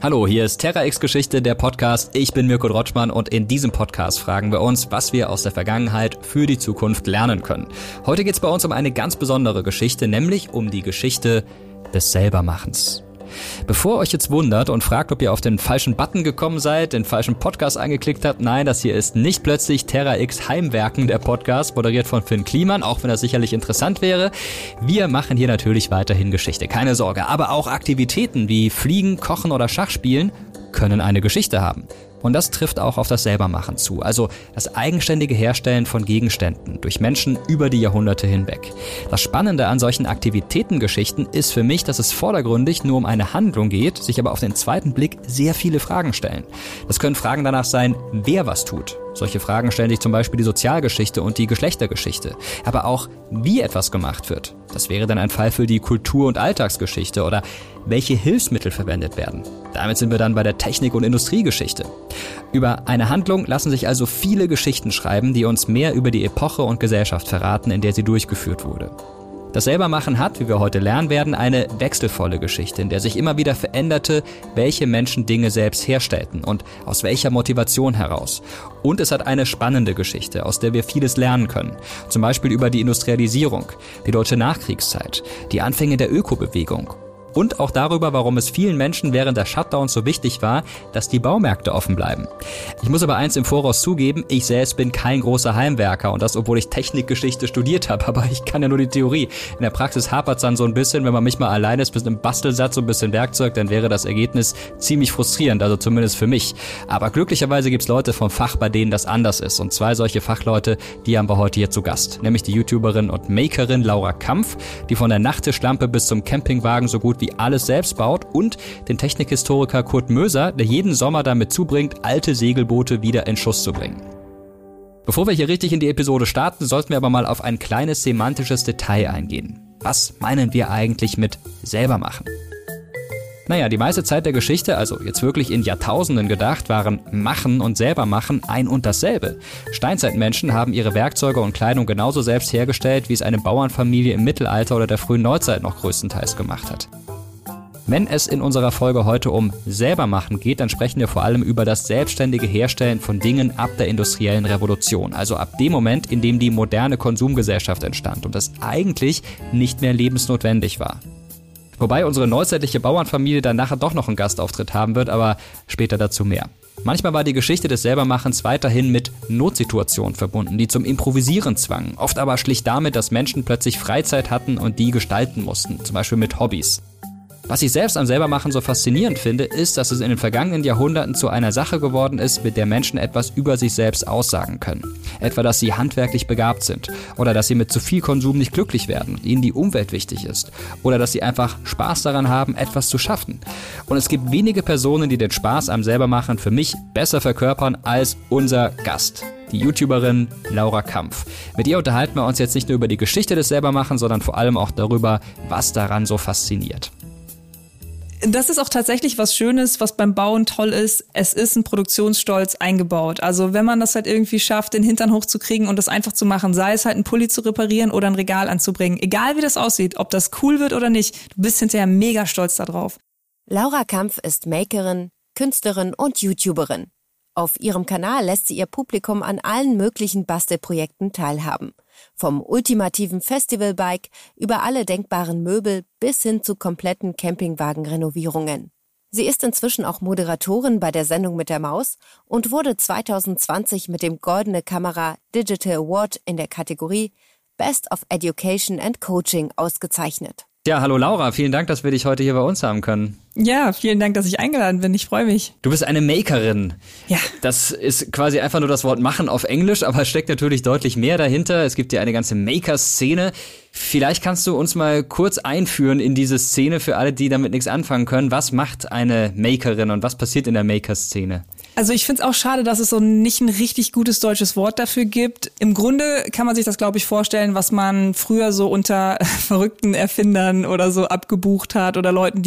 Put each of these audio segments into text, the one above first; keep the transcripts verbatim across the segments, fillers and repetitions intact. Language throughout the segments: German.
Hallo, hier ist Terra X Geschichte, der Podcast. Ich bin Mirko Drotschmann und in diesem Podcast fragen wir uns, was wir aus der Vergangenheit für die Zukunft lernen können. Heute geht es bei uns um eine ganz besondere Geschichte, nämlich um die Geschichte des Selbermachens. Bevor ihr euch jetzt wundert und fragt, ob ihr auf den falschen Button gekommen seid, den falschen Podcast eingeklickt habt, nein, das hier ist nicht plötzlich Terra X Heimwerken, der Podcast, moderiert von Finn Kliman, auch wenn das sicherlich interessant wäre. Wir machen hier natürlich weiterhin Geschichte, keine Sorge, aber auch Aktivitäten wie Fliegen, Kochen oder Schachspielen können eine Geschichte haben. Und das trifft auch auf das Selbermachen zu, also das eigenständige Herstellen von Gegenständen durch Menschen über die Jahrhunderte hinweg. Das Spannende an solchen Aktivitätengeschichten ist für mich, dass es vordergründig nur um eine Handlung geht, sich aber auf den zweiten Blick sehr viele Fragen stellen. Das können Fragen danach sein, wer was tut. Solche Fragen stellen sich zum Beispiel die Sozialgeschichte und die Geschlechtergeschichte. Aber auch, wie etwas gemacht wird. Das wäre dann ein Fall für die Kultur- und Alltagsgeschichte oder welche Hilfsmittel verwendet werden. Damit sind wir dann bei der Technik- und Industriegeschichte. Über eine Handlung lassen sich also viele Geschichten schreiben, die uns mehr über die Epoche und Gesellschaft verraten, in der sie durchgeführt wurde. Das Selbermachen hat, wie wir heute lernen werden, eine wechselvolle Geschichte, in der sich immer wieder veränderte, welche Menschen Dinge selbst herstellten und aus welcher Motivation heraus. Und es hat eine spannende Geschichte, aus der wir vieles lernen können. Zum Beispiel über die Industrialisierung, die deutsche Nachkriegszeit, die Anfänge der Ökobewegung. Und auch darüber, warum es vielen Menschen während der Shutdowns so wichtig war, dass die Baumärkte offen bleiben. Ich muss aber eins im Voraus zugeben, ich selbst bin kein großer Heimwerker und das, obwohl ich Technikgeschichte studiert habe, aber ich kann ja nur die Theorie. In der Praxis hapert es dann so ein bisschen, wenn man mich mal alleine ist mit einem Bastelsatz und ein bisschen Werkzeug, dann wäre das Ergebnis ziemlich frustrierend, also zumindest für mich. Aber glücklicherweise gibt es Leute vom Fach, bei denen das anders ist und zwei solche Fachleute, die haben wir heute hier zu Gast. Nämlich die YouTuberin und Makerin Laura Kampf, die von der Nachttischlampe bis zum Campingwagen so gut wie alles selbst baut, und den Technikhistoriker Kurt Möser, der jeden Sommer damit zubringt, alte Segelboote wieder in Schuss zu bringen. Bevor wir hier richtig in die Episode starten, sollten wir aber mal auf ein kleines semantisches Detail eingehen. Was meinen wir eigentlich mit selber machen? Naja, die meiste Zeit der Geschichte, also jetzt wirklich in Jahrtausenden gedacht, waren Machen und Selbermachen ein und dasselbe. Steinzeitmenschen haben ihre Werkzeuge und Kleidung genauso selbst hergestellt, wie es eine Bauernfamilie im Mittelalter oder der frühen Neuzeit noch größtenteils gemacht hat. Wenn es in unserer Folge heute um Selbermachen geht, dann sprechen wir vor allem über das selbstständige Herstellen von Dingen ab der industriellen Revolution. Also ab dem Moment, in dem die moderne Konsumgesellschaft entstand und das eigentlich nicht mehr lebensnotwendig war. Wobei unsere neuzeitliche Bauernfamilie dann nachher doch noch einen Gastauftritt haben wird, aber später dazu mehr. Manchmal war die Geschichte des Selbermachens weiterhin mit Notsituationen verbunden, die zum Improvisieren zwangen. Oft aber schlicht damit, dass Menschen plötzlich Freizeit hatten und die gestalten mussten, zum Beispiel mit Hobbys. Was ich selbst am Selbermachen so faszinierend finde, ist, dass es in den vergangenen Jahrhunderten zu einer Sache geworden ist, mit der Menschen etwas über sich selbst aussagen können. Etwa, dass sie handwerklich begabt sind oder dass sie mit zu viel Konsum nicht glücklich werden, ihnen die Umwelt wichtig ist oder dass sie einfach Spaß daran haben, etwas zu schaffen. Und es gibt wenige Personen, die den Spaß am Selbermachen für mich besser verkörpern als unser Gast. Die YouTuberin Laura Kampf. Mit ihr unterhalten wir uns jetzt nicht nur über die Geschichte des Selbermachens, sondern vor allem auch darüber, was daran so fasziniert. Das ist auch tatsächlich was Schönes, was beim Bauen toll ist. Es ist ein Produktionsstolz eingebaut. Also wenn man das halt irgendwie schafft, den Hintern hochzukriegen und das einfach zu machen, sei es halt einen Pulli zu reparieren oder ein Regal anzubringen, egal wie das aussieht, ob das cool wird oder nicht, du bist hinterher mega stolz darauf. Laura Kampf ist Makerin, Künstlerin und YouTuberin. Auf ihrem Kanal lässt sie ihr Publikum an allen möglichen Bastelprojekten teilhaben. Vom ultimativen Festivalbike über alle denkbaren Möbel bis hin zu kompletten Campingwagenrenovierungen. Sie ist inzwischen auch Moderatorin bei der Sendung mit der Maus und wurde zwanzig zwanzig mit dem Goldene Kamera Digital Award in der Kategorie Best of Education and Coaching ausgezeichnet. Ja, hallo Laura, vielen Dank, dass wir dich heute hier bei uns haben können. Ja, vielen Dank, dass ich eingeladen bin. Ich freue mich. Du bist eine Makerin. Ja. Das ist quasi einfach nur das Wort machen auf Englisch, aber es steckt natürlich deutlich mehr dahinter. Es gibt ja eine ganze Maker-Szene. Vielleicht kannst du uns mal kurz einführen in diese Szene für alle, die damit nichts anfangen können. Was macht eine Makerin und was passiert in der Maker-Szene? Also ich finde es auch schade, dass es so nicht ein richtig gutes deutsches Wort dafür gibt. Im Grunde kann man sich das, glaube ich, vorstellen, was man früher so unter verrückten Erfindern oder so abgebucht hat oder Leuten, die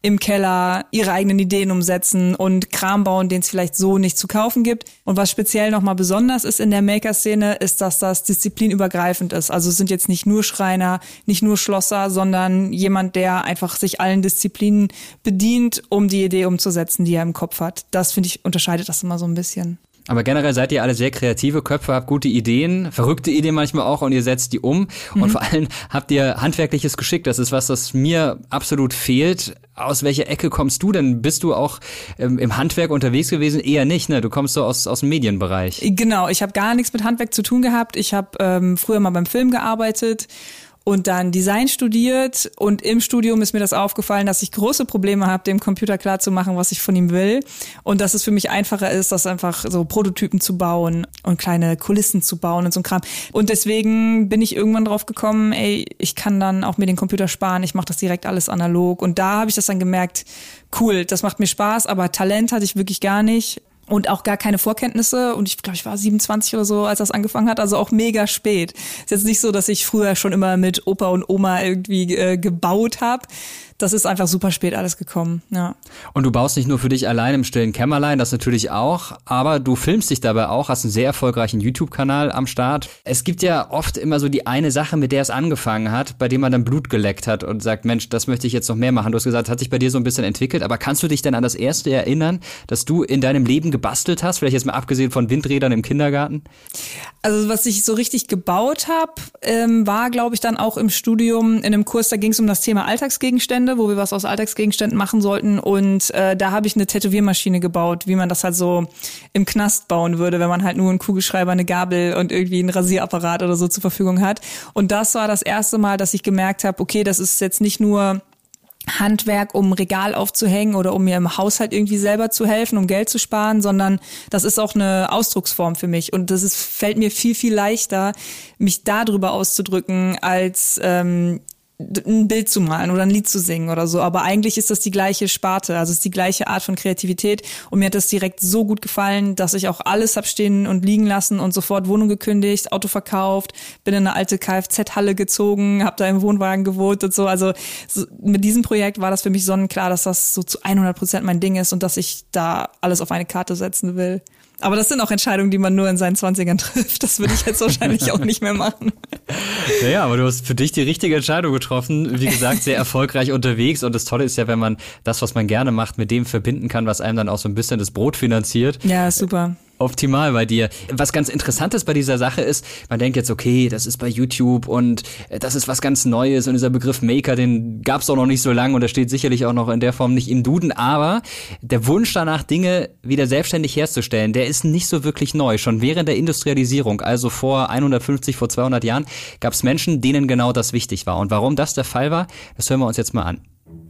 im Keller ihre eigenen Ideen umsetzen und Kram bauen, den es vielleicht so nicht zu kaufen gibt. Und was speziell nochmal besonders ist in der Maker-Szene, ist, dass das disziplinübergreifend ist. Also es sind jetzt nicht nur Schreiner, nicht nur Schlosser, sondern jemand, der einfach sich allen Disziplinen bedient, um die Idee umzusetzen, die er im Kopf hat. Das, finde ich, unterscheidet das immer so ein bisschen. Aber generell seid ihr alle sehr kreative Köpfe, habt gute Ideen, verrückte Ideen manchmal auch und ihr setzt die um. Mhm. Und vor allem habt ihr handwerkliches Geschick. Das ist was, das mir absolut fehlt. Aus welcher Ecke kommst du denn? Bist du auch ähm, im Handwerk unterwegs gewesen? Eher nicht, ne? Du kommst so aus, aus dem Medienbereich. Genau, ich habe gar nichts mit Handwerk zu tun gehabt. Ich habe ähm, früher mal beim Film gearbeitet und dann Design studiert, und im Studium ist mir das aufgefallen, dass ich große Probleme habe, dem Computer klarzumachen, was ich von ihm will, und dass es für mich einfacher ist, das einfach so Prototypen zu bauen und kleine Kulissen zu bauen und so ein Kram. Und deswegen bin ich irgendwann drauf gekommen, ey, ich kann dann auch mir den Computer sparen, ich mache das direkt alles analog, und da habe ich das dann gemerkt, cool, das macht mir Spaß, aber Talent hatte ich wirklich gar nicht. Und auch gar keine Vorkenntnisse. Und ich glaube, ich war siebenundzwanzig oder so, als das angefangen hat. Also auch mega spät. Ist jetzt nicht so, dass ich früher schon immer mit Opa und Oma irgendwie äh, gebaut habe. Das ist einfach super spät alles gekommen, ja. Und du baust nicht nur für dich allein im stillen Kämmerlein, das natürlich auch, aber du filmst dich dabei auch, hast einen sehr erfolgreichen YouTube-Kanal am Start. Es gibt ja oft immer so die eine Sache, mit der es angefangen hat, bei dem man dann Blut geleckt hat und sagt, Mensch, das möchte ich jetzt noch mehr machen. Du hast gesagt, hat sich bei dir so ein bisschen entwickelt, aber kannst du dich denn an das erste erinnern, dass du in deinem Leben gebastelt hast? Vielleicht jetzt mal abgesehen von Windrädern im Kindergarten? Also was ich so richtig gebaut habe, ähm, war, glaube ich, dann auch im Studium in einem Kurs, da ging es um das Thema Alltagsgegenstände, wo wir was aus Alltagsgegenständen machen sollten, und äh, da habe ich eine Tätowiermaschine gebaut, wie man das halt so im Knast bauen würde, wenn man halt nur einen Kugelschreiber, eine Gabel und irgendwie einen Rasierapparat oder so zur Verfügung hat. Und das war das erste Mal, dass ich gemerkt habe, okay, das ist jetzt nicht nur Handwerk, um ein Regal aufzuhängen oder um mir im Haushalt irgendwie selber zu helfen, um Geld zu sparen, sondern das ist auch eine Ausdrucksform für mich, und das ist, fällt mir viel, viel leichter, mich darüber auszudrücken, als ähm, ein Bild zu malen oder ein Lied zu singen oder so. Aber eigentlich ist das die gleiche Sparte, also es ist die gleiche Art von Kreativität, und mir hat das direkt so gut gefallen, dass ich auch alles hab stehen und liegen lassen und sofort Wohnung gekündigt, Auto verkauft, bin in eine alte Kfz-Halle gezogen, hab da im Wohnwagen gewohnt und so. Also so, mit diesem Projekt war das für mich sonnenklar, dass das so zu hundert Prozent mein Ding ist und dass ich da alles auf eine Karte setzen will. Aber das sind auch Entscheidungen, die man nur in seinen Zwanzigern trifft. Das würde ich jetzt wahrscheinlich auch nicht mehr machen. Naja, aber du hast für dich die richtige Entscheidung getroffen. Wie gesagt, sehr erfolgreich unterwegs. Und das Tolle ist ja, wenn man das, was man gerne macht, mit dem verbinden kann, was einem dann auch so ein bisschen das Brot finanziert. Ja, super. Optimal bei dir. Was ganz Interessantes bei dieser Sache ist, man denkt jetzt, okay, das ist bei YouTube und das ist was ganz Neues, und dieser Begriff Maker, den gab's doch noch nicht so lange und der steht sicherlich auch noch in der Form nicht im Duden, aber der Wunsch danach, Dinge wieder selbstständig herzustellen, der ist nicht so wirklich neu. Schon während der Industrialisierung, also vor hundertfünfzig, vor zweihundert Jahren, gab's Menschen, denen genau das wichtig war. Und warum das der Fall war, das hören wir uns jetzt mal an.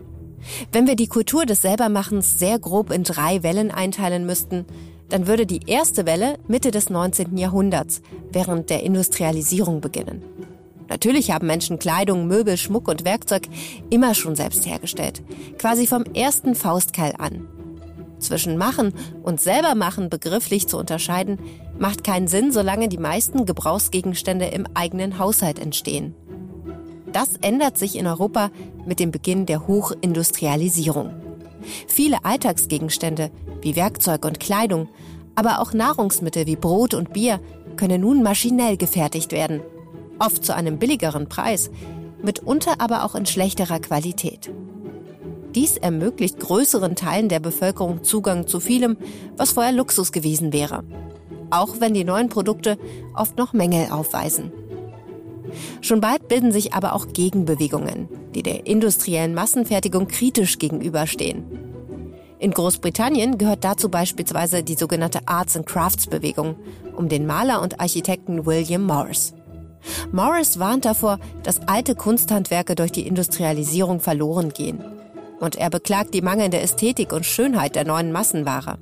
Wenn wir die Kultur des Selbermachens sehr grob in drei Wellen einteilen müssten, dann würde die erste Welle Mitte des neunzehnten Jahrhunderts während der Industrialisierung beginnen. Natürlich haben Menschen Kleidung, Möbel, Schmuck und Werkzeug immer schon selbst hergestellt, quasi vom ersten Faustkeil an. Zwischen Machen und Selbermachen begrifflich zu unterscheiden, macht keinen Sinn, solange die meisten Gebrauchsgegenstände im eigenen Haushalt entstehen. Das ändert sich in Europa mit dem Beginn der Hochindustrialisierung. Viele Alltagsgegenstände wie Werkzeug und Kleidung, aber auch Nahrungsmittel wie Brot und Bier können nun maschinell gefertigt werden. Oft zu einem billigeren Preis, mitunter aber auch in schlechterer Qualität. Dies ermöglicht größeren Teilen der Bevölkerung Zugang zu vielem, was vorher Luxus gewesen wäre. Auch wenn die neuen Produkte oft noch Mängel aufweisen. Schon bald bilden sich aber auch Gegenbewegungen, die der industriellen Massenfertigung kritisch gegenüberstehen. In Großbritannien gehört dazu beispielsweise die sogenannte Arts and Crafts Bewegung um den Maler und Architekten William Morris. Morris warnt davor, dass alte Kunsthandwerke durch die Industrialisierung verloren gehen. Und er beklagt die mangelnde Ästhetik und Schönheit der neuen Massenware.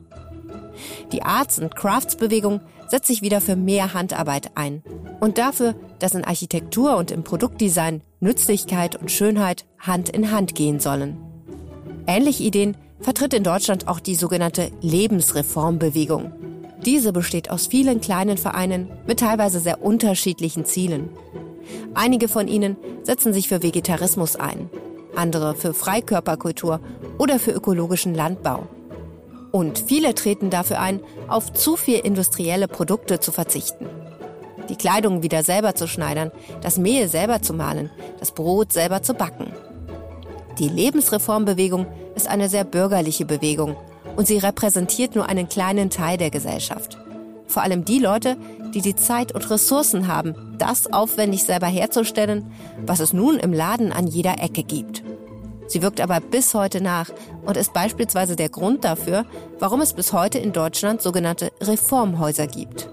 Die Arts and Crafts Bewegung setzt sich wieder für mehr Handarbeit ein und dafür, dass in Architektur und im Produktdesign Nützlichkeit und Schönheit Hand in Hand gehen sollen. Ähnliche Ideen vertritt in Deutschland auch die sogenannte Lebensreformbewegung. Diese besteht aus vielen kleinen Vereinen mit teilweise sehr unterschiedlichen Zielen. Einige von ihnen setzen sich für Vegetarismus ein, andere für Freikörperkultur oder für ökologischen Landbau. Und viele treten dafür ein, auf zu viel industrielle Produkte zu verzichten. Die Kleidung wieder selber zu schneidern, das Mehl selber zu mahlen, das Brot selber zu backen. Die Lebensreformbewegung ist eine sehr bürgerliche Bewegung und sie repräsentiert nur einen kleinen Teil der Gesellschaft. Vor allem die Leute, die die Zeit und Ressourcen haben, das aufwendig selber herzustellen, was es nun im Laden an jeder Ecke gibt. Sie wirkt aber bis heute nach und ist beispielsweise der Grund dafür, warum es bis heute in Deutschland sogenannte Reformhäuser gibt.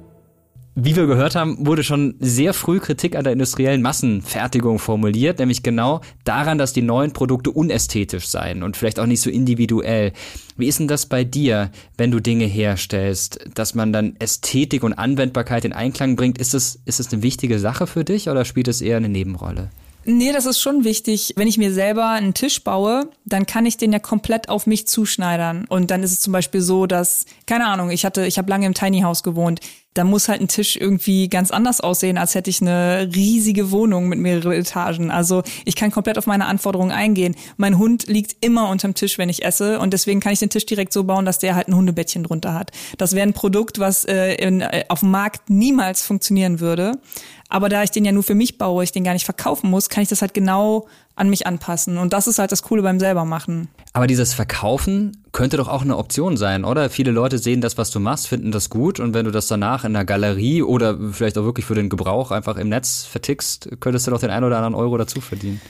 Wie wir gehört haben, wurde schon sehr früh Kritik an der industriellen Massenfertigung formuliert, nämlich genau daran, dass die neuen Produkte unästhetisch seien und vielleicht auch nicht so individuell. Wie ist denn das bei dir, wenn du Dinge herstellst, dass man dann Ästhetik und Anwendbarkeit in Einklang bringt? Ist das, ist das eine wichtige Sache für dich oder spielt es eher eine Nebenrolle? Nee, das ist schon wichtig. Wenn ich mir selber einen Tisch baue, dann kann ich den ja komplett auf mich zuschneidern. Und dann ist es zum Beispiel so, dass, keine Ahnung, ich hatte, ich habe lange im Tiny House gewohnt. Da muss halt ein Tisch irgendwie ganz anders aussehen, als hätte ich eine riesige Wohnung mit mehreren Etagen. Also ich kann komplett auf meine Anforderungen eingehen. Mein Hund liegt immer unterm Tisch, wenn ich esse. Und deswegen kann ich den Tisch direkt so bauen, dass der halt ein Hundebettchen drunter hat. Das wäre ein Produkt, was äh, in, äh, auf dem Markt niemals funktionieren würde. Aber da ich den ja nur für mich baue, ich den gar nicht verkaufen muss, kann ich das halt genau an mich anpassen. Und das ist halt das Coole beim selbermachen. Aber dieses Verkaufen könnte doch auch eine Option sein, oder? Viele Leute sehen das, was du machst, finden das gut. Und wenn du das danach in der Galerie oder vielleicht auch wirklich für den Gebrauch einfach im Netz vertickst, könntest du doch den einen oder anderen Euro dazu verdienen.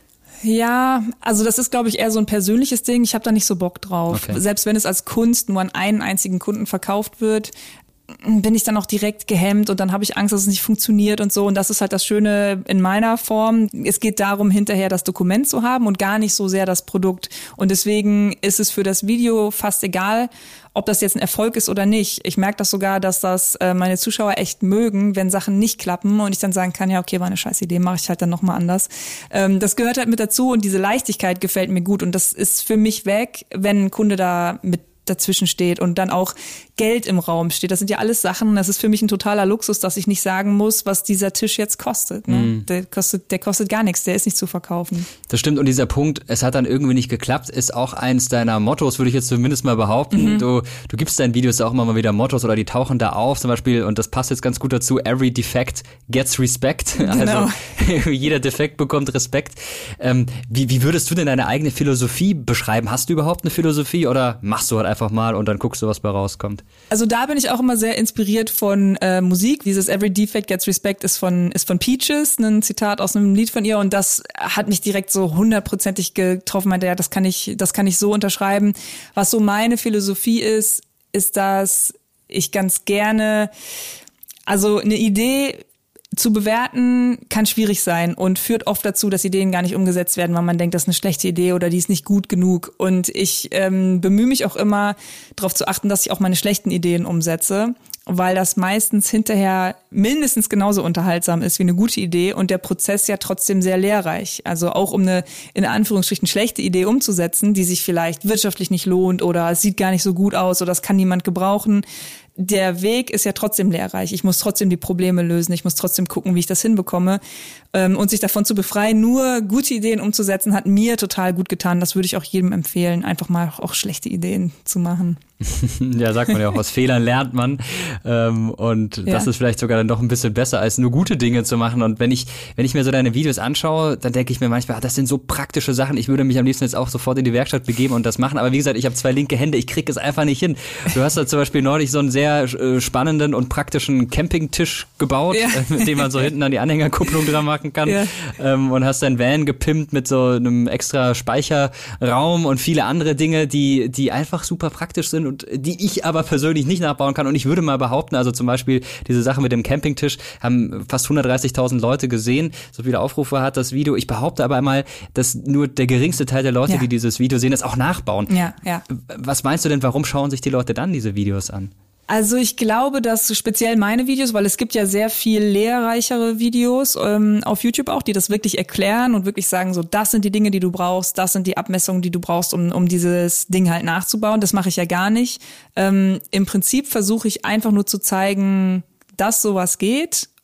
Ja, also das ist, glaube ich, eher so ein persönliches Ding. Ich habe da nicht so Bock drauf. Okay. Selbst wenn es als Kunst nur an einen einzigen Kunden verkauft wird, bin ich dann auch direkt gehemmt und dann habe ich Angst, dass es nicht funktioniert und so. Und das ist halt das Schöne in meiner Form. Es geht darum, hinterher das Dokument zu haben und gar nicht so sehr das Produkt. Und deswegen ist es für das Video fast egal, ob das jetzt ein Erfolg ist oder nicht. Ich merke das sogar, dass das äh, meine Zuschauer echt mögen, wenn Sachen nicht klappen und ich dann sagen kann, ja, okay, war eine scheiß Idee, mache ich halt dann nochmal anders. Ähm, das gehört halt mit dazu und diese Leichtigkeit gefällt mir gut. Und das ist für mich weg, wenn ein Kunde da mit dazwischen steht und dann auch Geld im Raum steht. Das sind ja alles Sachen, das ist für mich ein totaler Luxus, dass ich nicht sagen muss, was dieser Tisch jetzt kostet. Ne? Mm. Der kostet, der kostet gar nichts, der ist nicht zu verkaufen. Das stimmt und dieser Punkt, es hat dann irgendwie nicht geklappt, ist auch eins deiner Mottos, würde ich jetzt zumindest mal behaupten. Mhm. Du, du gibst deinen Videos auch immer mal wieder Mottos oder die tauchen da auf, zum Beispiel, und das passt jetzt ganz gut dazu, every defect gets respect. Genau. Also jeder Defekt bekommt Respekt. Ähm, wie, wie würdest du denn deine eigene Philosophie beschreiben? Hast du überhaupt eine Philosophie oder machst du halt einfach mal und dann guckst du, was bei rauskommt? Also da bin ich auch immer sehr inspiriert von äh, Musik. Dieses Every Defect Gets Respect ist von ist von Peaches, ein Zitat aus einem Lied von ihr und das hat mich direkt so hundertprozentig getroffen. Meinte, ja, das kann ich, das kann ich so unterschreiben. Was so meine Philosophie ist, ist, dass ich ganz gerne, also eine Idee zu bewerten kann schwierig sein und führt oft dazu, dass Ideen gar nicht umgesetzt werden, weil man denkt, das ist eine schlechte Idee oder die ist nicht gut genug. Und ich ähm, bemühe mich auch immer, darauf zu achten, dass ich auch meine schlechten Ideen umsetze, weil das meistens hinterher mindestens genauso unterhaltsam ist wie eine gute Idee und der Prozess ja trotzdem sehr lehrreich. Also auch um eine in Anführungsstrichen schlechte Idee umzusetzen, die sich vielleicht wirtschaftlich nicht lohnt oder es sieht gar nicht so gut aus oder das kann niemand gebrauchen. Der Weg ist ja trotzdem lehrreich. Ich muss trotzdem die Probleme lösen. Ich muss trotzdem gucken, wie ich das hinbekomme. Und sich davon zu befreien, nur gute Ideen umzusetzen, hat mir total gut getan. Das würde ich auch jedem empfehlen, einfach mal auch schlechte Ideen zu machen. Ja, sagt man ja auch, aus Fehlern lernt man. Und ja. Das ist vielleicht sogar dann doch ein bisschen besser, als nur gute Dinge zu machen. Und wenn ich, wenn ich mir so deine Videos anschaue, dann denke ich mir manchmal, das sind so praktische Sachen. Ich würde mich am liebsten jetzt auch sofort in die Werkstatt begeben und das machen. Aber wie gesagt, ich habe zwei linke Hände, ich kriege es einfach nicht hin. Du hast da zum Beispiel neulich so einen sehr äh, spannenden und praktischen Campingtisch gebaut, ja. äh, mit dem man so hinten an die Anhängerkupplung dran machen kann. Ja. Ähm, und hast dein Van gepimpt mit so einem extra Speicherraum und viele andere Dinge, die, die einfach super praktisch sind und die ich aber persönlich nicht nachbauen kann. Und ich würde mal behaupten, also zum Beispiel diese Sache mit dem Campingtisch haben fast hundertdreißigtausend Leute gesehen, so viele Aufrufe hat das Video. Ich behaupte aber einmal, dass nur der geringste Teil der Leute, ja. die dieses Video sehen, das auch nachbauen. Ja, ja. Was meinst du denn, warum schauen sich die Leute dann diese Videos an? Also ich glaube, dass speziell meine Videos, weil es gibt ja sehr viel lehrreichere Videos ähm, auf YouTube auch, die das wirklich erklären und wirklich sagen, so das sind die Dinge, die du brauchst, das sind die Abmessungen, die du brauchst, um um dieses Ding halt nachzubauen. Das mache ich ja gar nicht. Ähm, im Prinzip versuche ich einfach nur zu zeigen, dass sowas geht.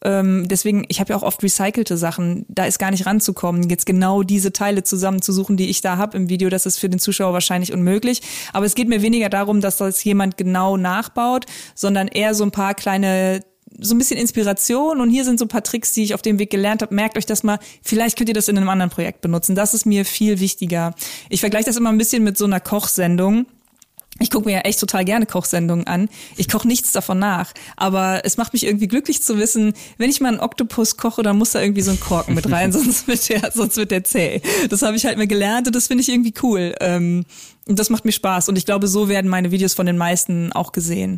Ähm, deswegen, ich habe ja auch oft recycelte Sachen. Da ist gar nicht ranzukommen, jetzt genau diese Teile zusammenzusuchen, die ich da habe im Video. Das ist für den Zuschauer wahrscheinlich unmöglich. Aber es geht mir weniger darum, dass das jemand genau nachbaut, sondern eher so ein paar kleine, so ein bisschen Inspiration. Und hier sind so ein paar Tricks, die ich auf dem Weg gelernt habe. Merkt euch das mal, vielleicht könnt ihr das in einem anderen Projekt benutzen. Das ist mir viel wichtiger. Ich vergleiche das immer ein bisschen mit so einer Kochsendung. Ich gucke mir ja echt total gerne Kochsendungen an. Ich koche nichts davon nach. Aber es macht mich irgendwie glücklich zu wissen, wenn ich mal einen Oktopus koche, dann muss da irgendwie so ein Korken mit rein, sonst wird der, sonst wird der zäh. Das habe ich halt mal gelernt und das finde ich irgendwie cool. Und das macht mir Spaß. Und ich glaube, so werden meine Videos von den meisten auch gesehen.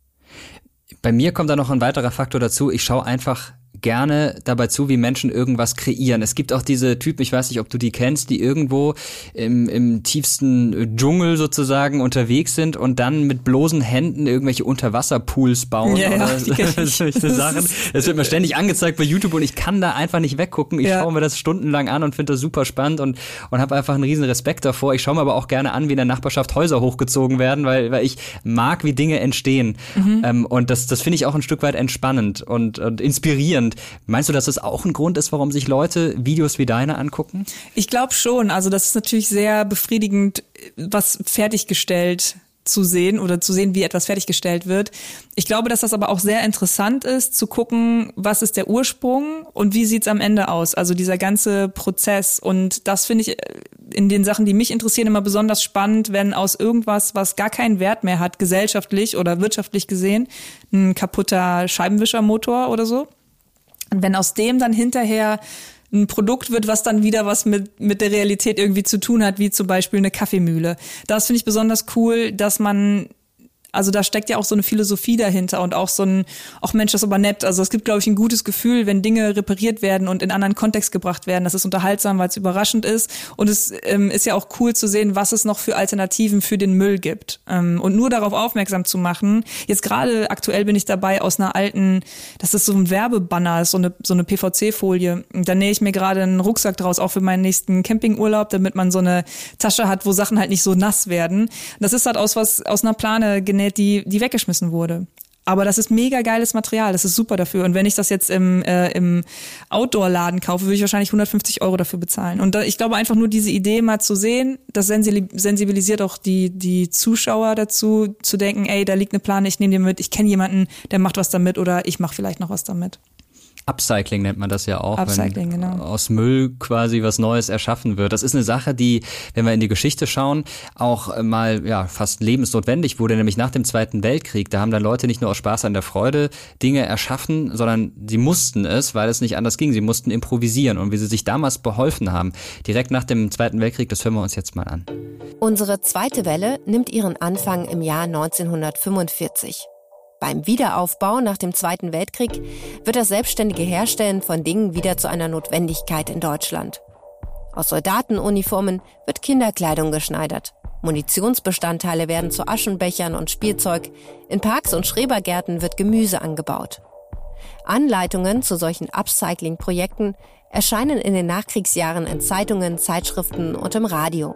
Bei mir kommt da noch ein weiterer Faktor dazu. Ich schaue einfach gerne dabei zu, wie Menschen irgendwas kreieren. Es gibt auch diese Typen, ich weiß nicht, ob du die kennst, die irgendwo im, im tiefsten Dschungel sozusagen unterwegs sind und dann mit bloßen Händen irgendwelche Unterwasserpools bauen ja, oder ja, solche Sachen. Das wird mir ständig angezeigt bei YouTube und ich kann da einfach nicht weggucken. Ich ja. schaue mir das stundenlang an und finde das super spannend und, und habe einfach einen riesen Respekt davor. Ich schaue mir aber auch gerne an, wie in der Nachbarschaft Häuser hochgezogen werden, weil, weil ich mag, wie Dinge entstehen. Mhm. Ähm, und das, das finde ich auch ein Stück weit entspannend und, und inspirierend. Meinst du, dass das auch ein Grund ist, warum sich Leute Videos wie deine angucken? Ich glaube schon. Also das ist natürlich sehr befriedigend, was fertiggestellt zu sehen oder zu sehen, wie etwas fertiggestellt wird. Ich glaube, dass das aber auch sehr interessant ist, zu gucken, was ist der Ursprung und wie sieht's am Ende aus. Also dieser ganze Prozess. Und das finde ich in den Sachen, die mich interessieren, immer besonders spannend, wenn aus irgendwas, was gar keinen Wert mehr hat, gesellschaftlich oder wirtschaftlich gesehen, ein kaputter Scheibenwischermotor oder so, und wenn aus dem dann hinterher ein Produkt wird, was dann wieder was mit mit der Realität irgendwie zu tun hat, wie zum Beispiel eine Kaffeemühle. Das finde ich besonders cool, dass man, also da steckt ja auch so eine Philosophie dahinter und auch so ein, ach Mensch, das ist aber nett. Also es gibt, glaube ich, ein gutes Gefühl, wenn Dinge repariert werden und in einen anderen Kontext gebracht werden. Das ist unterhaltsam, weil es überraschend ist. Und es ähm, ist ja auch cool zu sehen, was es noch für Alternativen für den Müll gibt. Ähm, und nur darauf aufmerksam zu machen. Jetzt gerade aktuell bin ich dabei aus einer alten, das ist so ein Werbebanner, so eine, so eine P V C-Folie. Da nähe ich mir gerade einen Rucksack draus, auch für meinen nächsten Campingurlaub, damit man so eine Tasche hat, wo Sachen halt nicht so nass werden. Das ist halt aus was, aus einer Plane genäht, die die weggeschmissen wurde. Aber das ist mega geiles Material, das ist super dafür. Und wenn ich das jetzt im, äh, im Outdoor-Laden kaufe, würde ich wahrscheinlich hundertfünfzig Euro dafür bezahlen. Und da, ich glaube einfach nur diese Idee mal zu sehen, das sensibilisiert auch die die Zuschauer dazu, zu denken, ey, da liegt eine Plane, ich nehme die mit, ich kenne jemanden, der macht was damit oder ich mache vielleicht noch was damit. Upcycling nennt man das ja auch, Upcycling, wenn genau. aus Müll quasi was Neues erschaffen wird. Das ist eine Sache, die, wenn wir in die Geschichte schauen, auch mal ja fast lebensnotwendig wurde, nämlich nach dem Zweiten Weltkrieg. Da haben dann Leute nicht nur aus Spaß an der Freude Dinge erschaffen, sondern sie mussten es, weil es nicht anders ging. Sie mussten improvisieren und wie sie sich damals beholfen haben, direkt nach dem Zweiten Weltkrieg, das hören wir uns jetzt mal an. Unsere zweite Welle nimmt ihren Anfang im Jahr neunzehnhundertfünfundvierzig. Beim Wiederaufbau nach dem Zweiten Weltkrieg wird das selbstständige Herstellen von Dingen wieder zu einer Notwendigkeit in Deutschland. Aus Soldatenuniformen wird Kinderkleidung geschneidert. Munitionsbestandteile werden zu Aschenbechern und Spielzeug. In Parks und Schrebergärten wird Gemüse angebaut. Anleitungen zu solchen Upcycling-Projekten erscheinen in den Nachkriegsjahren in Zeitungen, Zeitschriften und im Radio.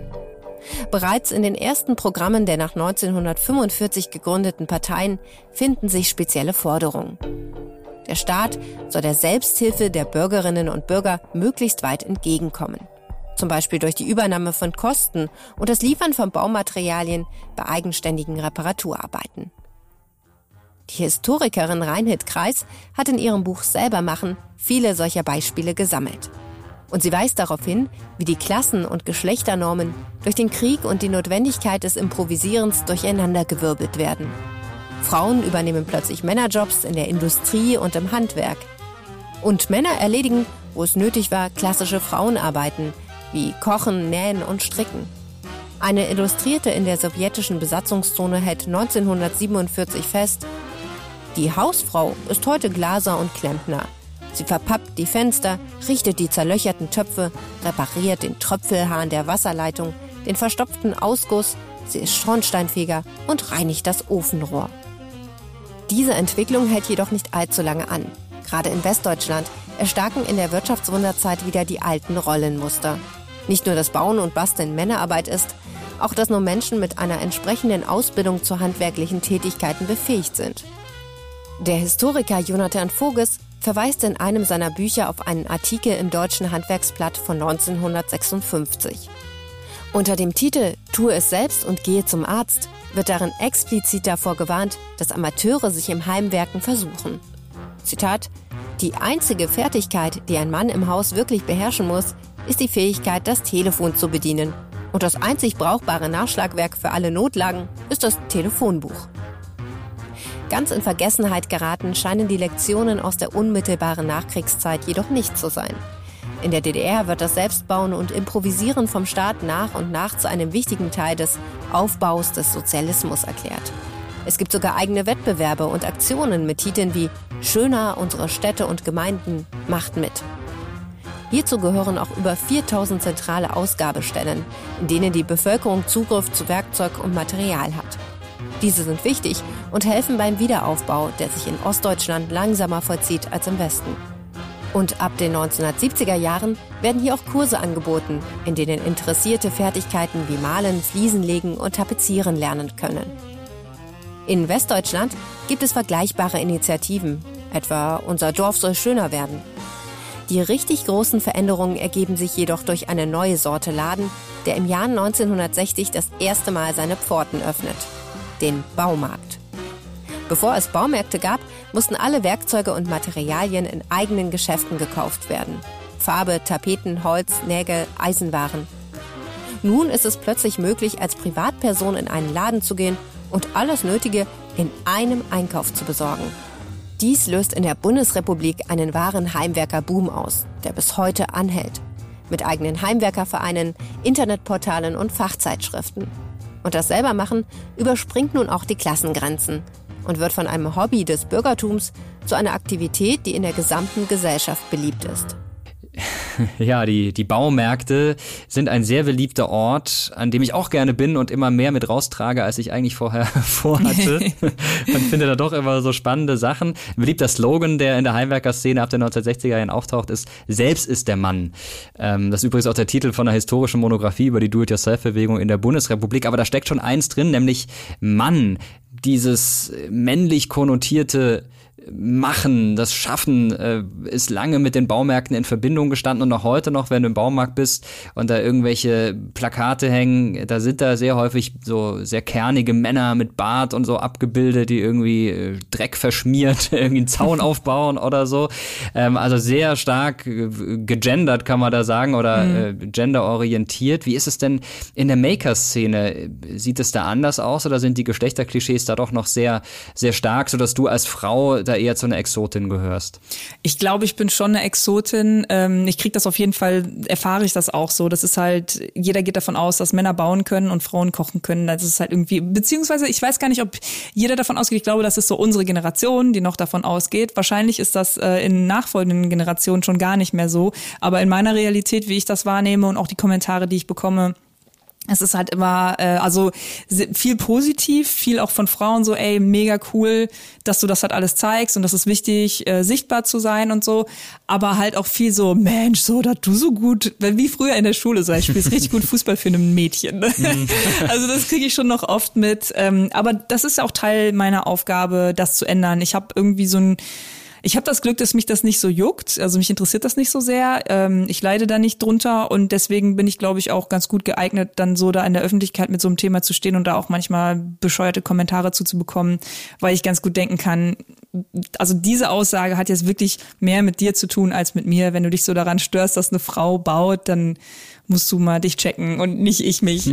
Bereits in den ersten Programmen der nach neunzehnhundertfünfundvierzig gegründeten Parteien finden sich spezielle Forderungen. Der Staat soll der Selbsthilfe der Bürgerinnen und Bürger möglichst weit entgegenkommen. Zum Beispiel durch die Übernahme von Kosten und das Liefern von Baumaterialien bei eigenständigen Reparaturarbeiten. Die Historikerin Reinhild Kreis hat in ihrem Buch Selbermachen viele solcher Beispiele gesammelt. Und sie weist darauf hin, wie die Klassen- und Geschlechternormen durch den Krieg und die Notwendigkeit des Improvisierens durcheinandergewirbelt werden. Frauen übernehmen plötzlich Männerjobs in der Industrie und im Handwerk. Und Männer erledigen, wo es nötig war, klassische Frauenarbeiten wie Kochen, Nähen und Stricken. Eine Illustrierte in der sowjetischen Besatzungszone hält neunzehnhundertsiebenundvierzig fest: Die Hausfrau ist heute Glaser und Klempner. Sie verpappt die Fenster, richtet die zerlöcherten Töpfe, repariert den Tröpfelhahn der Wasserleitung, den verstopften Ausguss, sie ist Schornsteinfeger und reinigt das Ofenrohr. Diese Entwicklung hält jedoch nicht allzu lange an. Gerade in Westdeutschland erstarken in der Wirtschaftswunderzeit wieder die alten Rollenmuster. Nicht nur das Bauen und Basteln Männerarbeit ist, auch dass nur Menschen mit einer entsprechenden Ausbildung zu handwerklichen Tätigkeiten befähigt sind. Der Historiker Jonathan Voges verweist in einem seiner Bücher auf einen Artikel im Deutschen Handwerksblatt von neunzehnhundertsechsundfünfzig. Unter dem Titel »Tue es selbst und gehe zum Arzt« wird darin explizit davor gewarnt, dass Amateure sich im Heimwerken versuchen. Zitat: »Die einzige Fertigkeit, die ein Mann im Haus wirklich beherrschen muss, ist die Fähigkeit, das Telefon zu bedienen. Und das einzig brauchbare Nachschlagwerk für alle Notlagen ist das Telefonbuch.« Ganz in Vergessenheit geraten scheinen die Lektionen aus der unmittelbaren Nachkriegszeit jedoch nicht zu sein. In der D D R wird das Selbstbauen und Improvisieren vom Staat nach und nach zu einem wichtigen Teil des Aufbaus des Sozialismus erklärt. Es gibt sogar eigene Wettbewerbe und Aktionen mit Titeln wie »Schöner, unsere Städte und Gemeinden, macht mit«. Hierzu gehören auch über viertausend zentrale Ausgabestellen, in denen die Bevölkerung Zugriff zu Werkzeug und Material hat. Diese sind wichtig und helfen beim Wiederaufbau, der sich in Ostdeutschland langsamer vollzieht als im Westen. Und ab den neunzehnhundertsiebziger Jahren werden hier auch Kurse angeboten, in denen Interessierte Fertigkeiten wie Malen, Fliesenlegen und Tapezieren lernen können. In Westdeutschland gibt es vergleichbare Initiativen, etwa »Unser Dorf soll schöner werden«. Die richtig großen Veränderungen ergeben sich jedoch durch eine neue Sorte Laden, der im Jahr neunzehnhundertsechzig das erste Mal seine Pforten öffnet: den Baumarkt. Bevor es Baumärkte gab, mussten alle Werkzeuge und Materialien in eigenen Geschäften gekauft werden. Farbe, Tapeten, Holz, Nägel, Eisenwaren. Nun ist es plötzlich möglich, als Privatperson in einen Laden zu gehen und alles Nötige in einem Einkauf zu besorgen. Dies löst in der Bundesrepublik einen wahren Heimwerkerboom aus, der bis heute anhält. Mit eigenen Heimwerkervereinen, Internetportalen und Fachzeitschriften. Und das Selbermachen überspringt nun auch die Klassengrenzen und wird von einem Hobby des Bürgertums zu einer Aktivität, die in der gesamten Gesellschaft beliebt ist. Ja, die, die Baumärkte sind ein sehr beliebter Ort, an dem ich auch gerne bin und immer mehr mit raustrage, als ich eigentlich vorher vorhatte. Man findet da doch immer so spannende Sachen. Ein beliebter Slogan, der in der Heimwerkerszene ab den neunzehnhundertsechziger Jahren auftaucht, ist »Selbst ist der Mann«. Ähm, das ist übrigens auch der Titel von einer historischen Monographie über die Do-it-yourself-Bewegung in der Bundesrepublik. Aber da steckt schon eins drin, nämlich Mann, dieses männlich konnotierte Machen, das Schaffen äh, ist lange mit den Baumärkten in Verbindung gestanden und auch heute noch, wenn du im Baumarkt bist und da irgendwelche Plakate hängen, da sind da sehr häufig so sehr kernige Männer mit Bart und so abgebildet, die irgendwie äh, Dreck verschmiert, irgendwie einen Zaun aufbauen oder so. Ähm, also sehr stark äh, gegendert, kann man da sagen, oder mhm. äh, genderorientiert. Wie ist es denn in der Maker-Szene? Sieht es da anders aus oder sind die Geschlechterklischees da doch noch sehr, sehr stark, sodass du als Frau da eher zu einer Exotin gehörst? Ich glaube, ich bin schon eine Exotin. Ich kriege das auf jeden Fall, erfahre ich das auch so. Das ist halt, jeder geht davon aus, dass Männer bauen können und Frauen kochen können. Das ist halt irgendwie, beziehungsweise ich weiß gar nicht, ob jeder davon ausgeht. Ich glaube, das ist so unsere Generation, die noch davon ausgeht. Wahrscheinlich ist das in nachfolgenden Generationen schon gar nicht mehr so. Aber in meiner Realität, wie ich das wahrnehme und auch die Kommentare, die ich bekomme, es ist halt immer, äh, also viel positiv, viel auch von Frauen so, ey, mega cool, dass du das halt alles zeigst und das ist wichtig, äh, sichtbar zu sein und so, aber halt auch viel so, Mensch, so, dass du so gut, wie früher in der Schule, so, ich spielst richtig gut Fußball für ein Mädchen. Mhm. Also das kriege ich schon noch oft mit, ähm, aber das ist ja auch Teil meiner Aufgabe, das zu ändern. Ich habe irgendwie so ein Ich habe das Glück, dass mich das nicht so juckt. Also mich interessiert das nicht so sehr. Ähm, ich leide da nicht drunter und deswegen bin ich, glaube ich, auch ganz gut geeignet, dann so da in der Öffentlichkeit mit so einem Thema zu stehen und da auch manchmal bescheuerte Kommentare zuzubekommen, weil ich ganz gut denken kann, also diese Aussage hat jetzt wirklich mehr mit dir zu tun als mit mir. Wenn du dich so daran störst, dass eine Frau baut, dann musst du mal dich checken und nicht ich mich.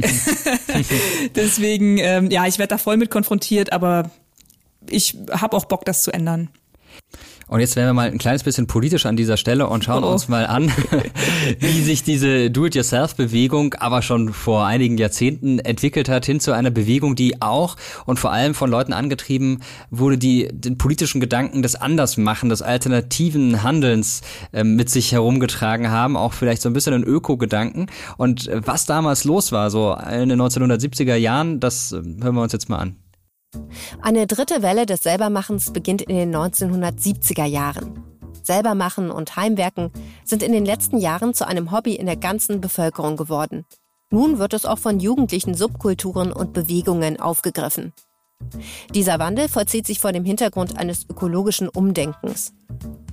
Deswegen, ähm, ja, ich werde da voll mit konfrontiert, aber ich habe auch Bock, das zu ändern. Und jetzt werden wir mal ein kleines bisschen politisch an dieser Stelle und schauen oh. uns mal an, wie sich diese Do-it-yourself-Bewegung aber schon vor einigen Jahrzehnten entwickelt hat, hin zu einer Bewegung, die auch und vor allem von Leuten angetrieben wurde, die den politischen Gedanken des Andersmachen, des alternativen Handelns äh, mit sich herumgetragen haben, auch vielleicht so ein bisschen einen Öko-Gedanken. Und äh, was damals los war, so in den neunzehnhundertsiebziger Jahren, das äh, hören wir uns jetzt mal an. Eine dritte Welle des Selbermachens beginnt in den neunzehnhundertsiebziger Jahren. Selbermachen und Heimwerken sind in den letzten Jahren zu einem Hobby in der ganzen Bevölkerung geworden. Nun wird es auch von jugendlichen Subkulturen und Bewegungen aufgegriffen. Dieser Wandel vollzieht sich vor dem Hintergrund eines ökologischen Umdenkens.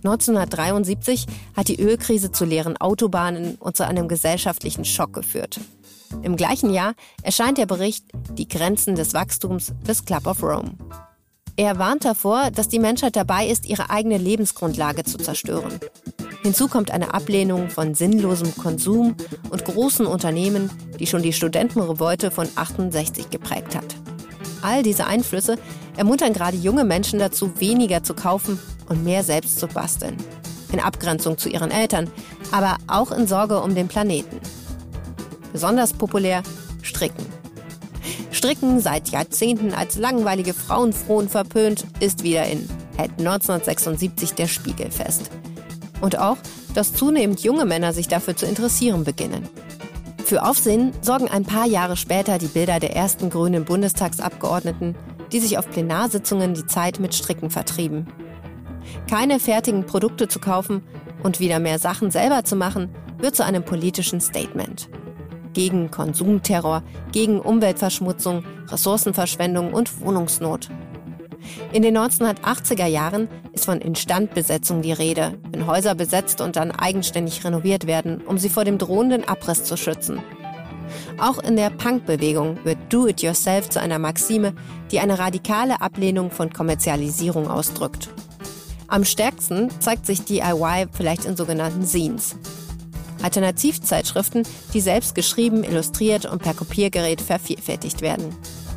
neunzehnhundertdreiundsiebzig hat die Ölkrise zu leeren Autobahnen und zu einem gesellschaftlichen Schock geführt. Im gleichen Jahr erscheint der Bericht Die Grenzen des Wachstums des Club of Rome. Er warnt davor, dass die Menschheit dabei ist, ihre eigene Lebensgrundlage zu zerstören. Hinzu kommt eine Ablehnung von sinnlosem Konsum und großen Unternehmen, die schon die Studentenrevolte von achtundsechzig geprägt hat. All diese Einflüsse ermuntern gerade junge Menschen dazu, weniger zu kaufen und mehr selbst zu basteln. In Abgrenzung zu ihren Eltern, aber auch in Sorge um den Planeten. Besonders populär Stricken. Stricken, seit Jahrzehnten als langweilige Frauenfrohn verpönt, ist wieder in, hält neunzehnhundertsechsundsiebzig der Spiegel fest. Und auch, dass zunehmend junge Männer sich dafür zu interessieren beginnen. Für Aufsehen sorgen ein paar Jahre später die Bilder der ersten grünen Bundestagsabgeordneten, die sich auf Plenarsitzungen die Zeit mit Stricken vertrieben. Keine fertigen Produkte zu kaufen und wieder mehr Sachen selber zu machen, wird zu einem politischen Statement. Gegen Konsumterror, gegen Umweltverschmutzung, Ressourcenverschwendung und Wohnungsnot. In den neunzehnhundertachtziger Jahren ist von Instandbesetzung die Rede, wenn Häuser besetzt und dann eigenständig renoviert werden, um sie vor dem drohenden Abriss zu schützen. Auch in der Punk-Bewegung wird Do-it-yourself zu einer Maxime, die eine radikale Ablehnung von Kommerzialisierung ausdrückt. Am stärksten zeigt sich D I Y vielleicht in sogenannten Zines. Alternativzeitschriften, die selbst geschrieben, illustriert und per Kopiergerät vervielfältigt werden.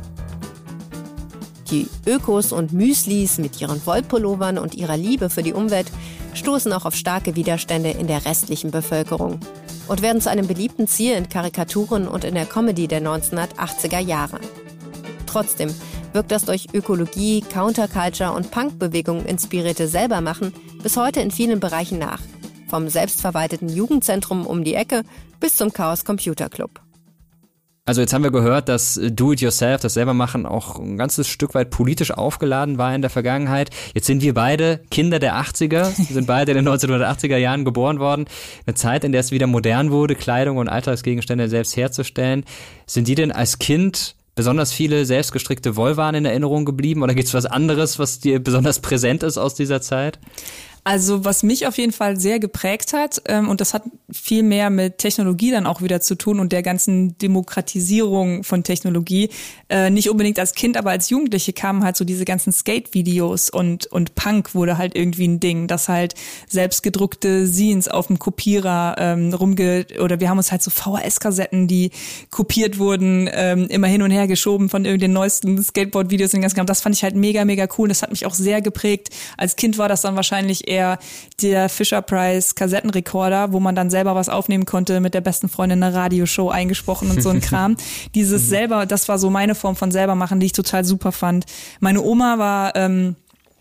Die Ökos und Müslis mit ihren Wollpullovern und ihrer Liebe für die Umwelt stoßen auch auf starke Widerstände in der restlichen Bevölkerung und werden zu einem beliebten Ziel in Karikaturen und in der Comedy der neunzehnhundertachtziger Jahre. Trotzdem wirkt das durch Ökologie, Counterculture und Punkbewegung inspirierte Selbermachen bis heute in vielen Bereichen nach. Vom selbstverwalteten Jugendzentrum um die Ecke bis zum Chaos Computer Club. Also jetzt haben wir gehört, dass Do-it-yourself, das Selbermachen, auch ein ganzes Stück weit politisch aufgeladen war in der Vergangenheit. Jetzt sind wir beide Kinder der achtziger, sind beide in den neunzehnhundertachtziger Jahren geboren worden. Eine Zeit, in der es wieder modern wurde, Kleidung und Alltagsgegenstände selbst herzustellen. Sind die denn als Kind besonders viele selbstgestrickte Wollwaren in Erinnerung geblieben oder gibt es was anderes, was dir besonders präsent ist aus dieser Zeit? Also was mich auf jeden Fall sehr geprägt hat, ähm, und das hat viel mehr mit Technologie dann auch wieder zu tun und der ganzen Demokratisierung von Technologie. Äh, nicht unbedingt als Kind, aber als Jugendliche kamen halt so diese ganzen Skate-Videos und und Punk wurde halt irgendwie ein Ding, dass halt selbstgedruckte Zines auf dem Kopierer ähm, rumge... oder wir haben uns halt so V H S-Kassetten, die kopiert wurden, ähm, immer hin und her geschoben von irgendeinen neuesten Skateboard-Videos. Das fand ich halt mega, mega cool. Das hat mich auch sehr geprägt. Als Kind war das dann wahrscheinlich eher der Fisher-Price Kassettenrekorder, wo man dann selber was aufnehmen konnte, mit der besten Freundin eine Radioshow eingesprochen und so ein Kram. Dieses selber, das war so meine Form von selber machen, die ich total super fand. Meine Oma war ähm,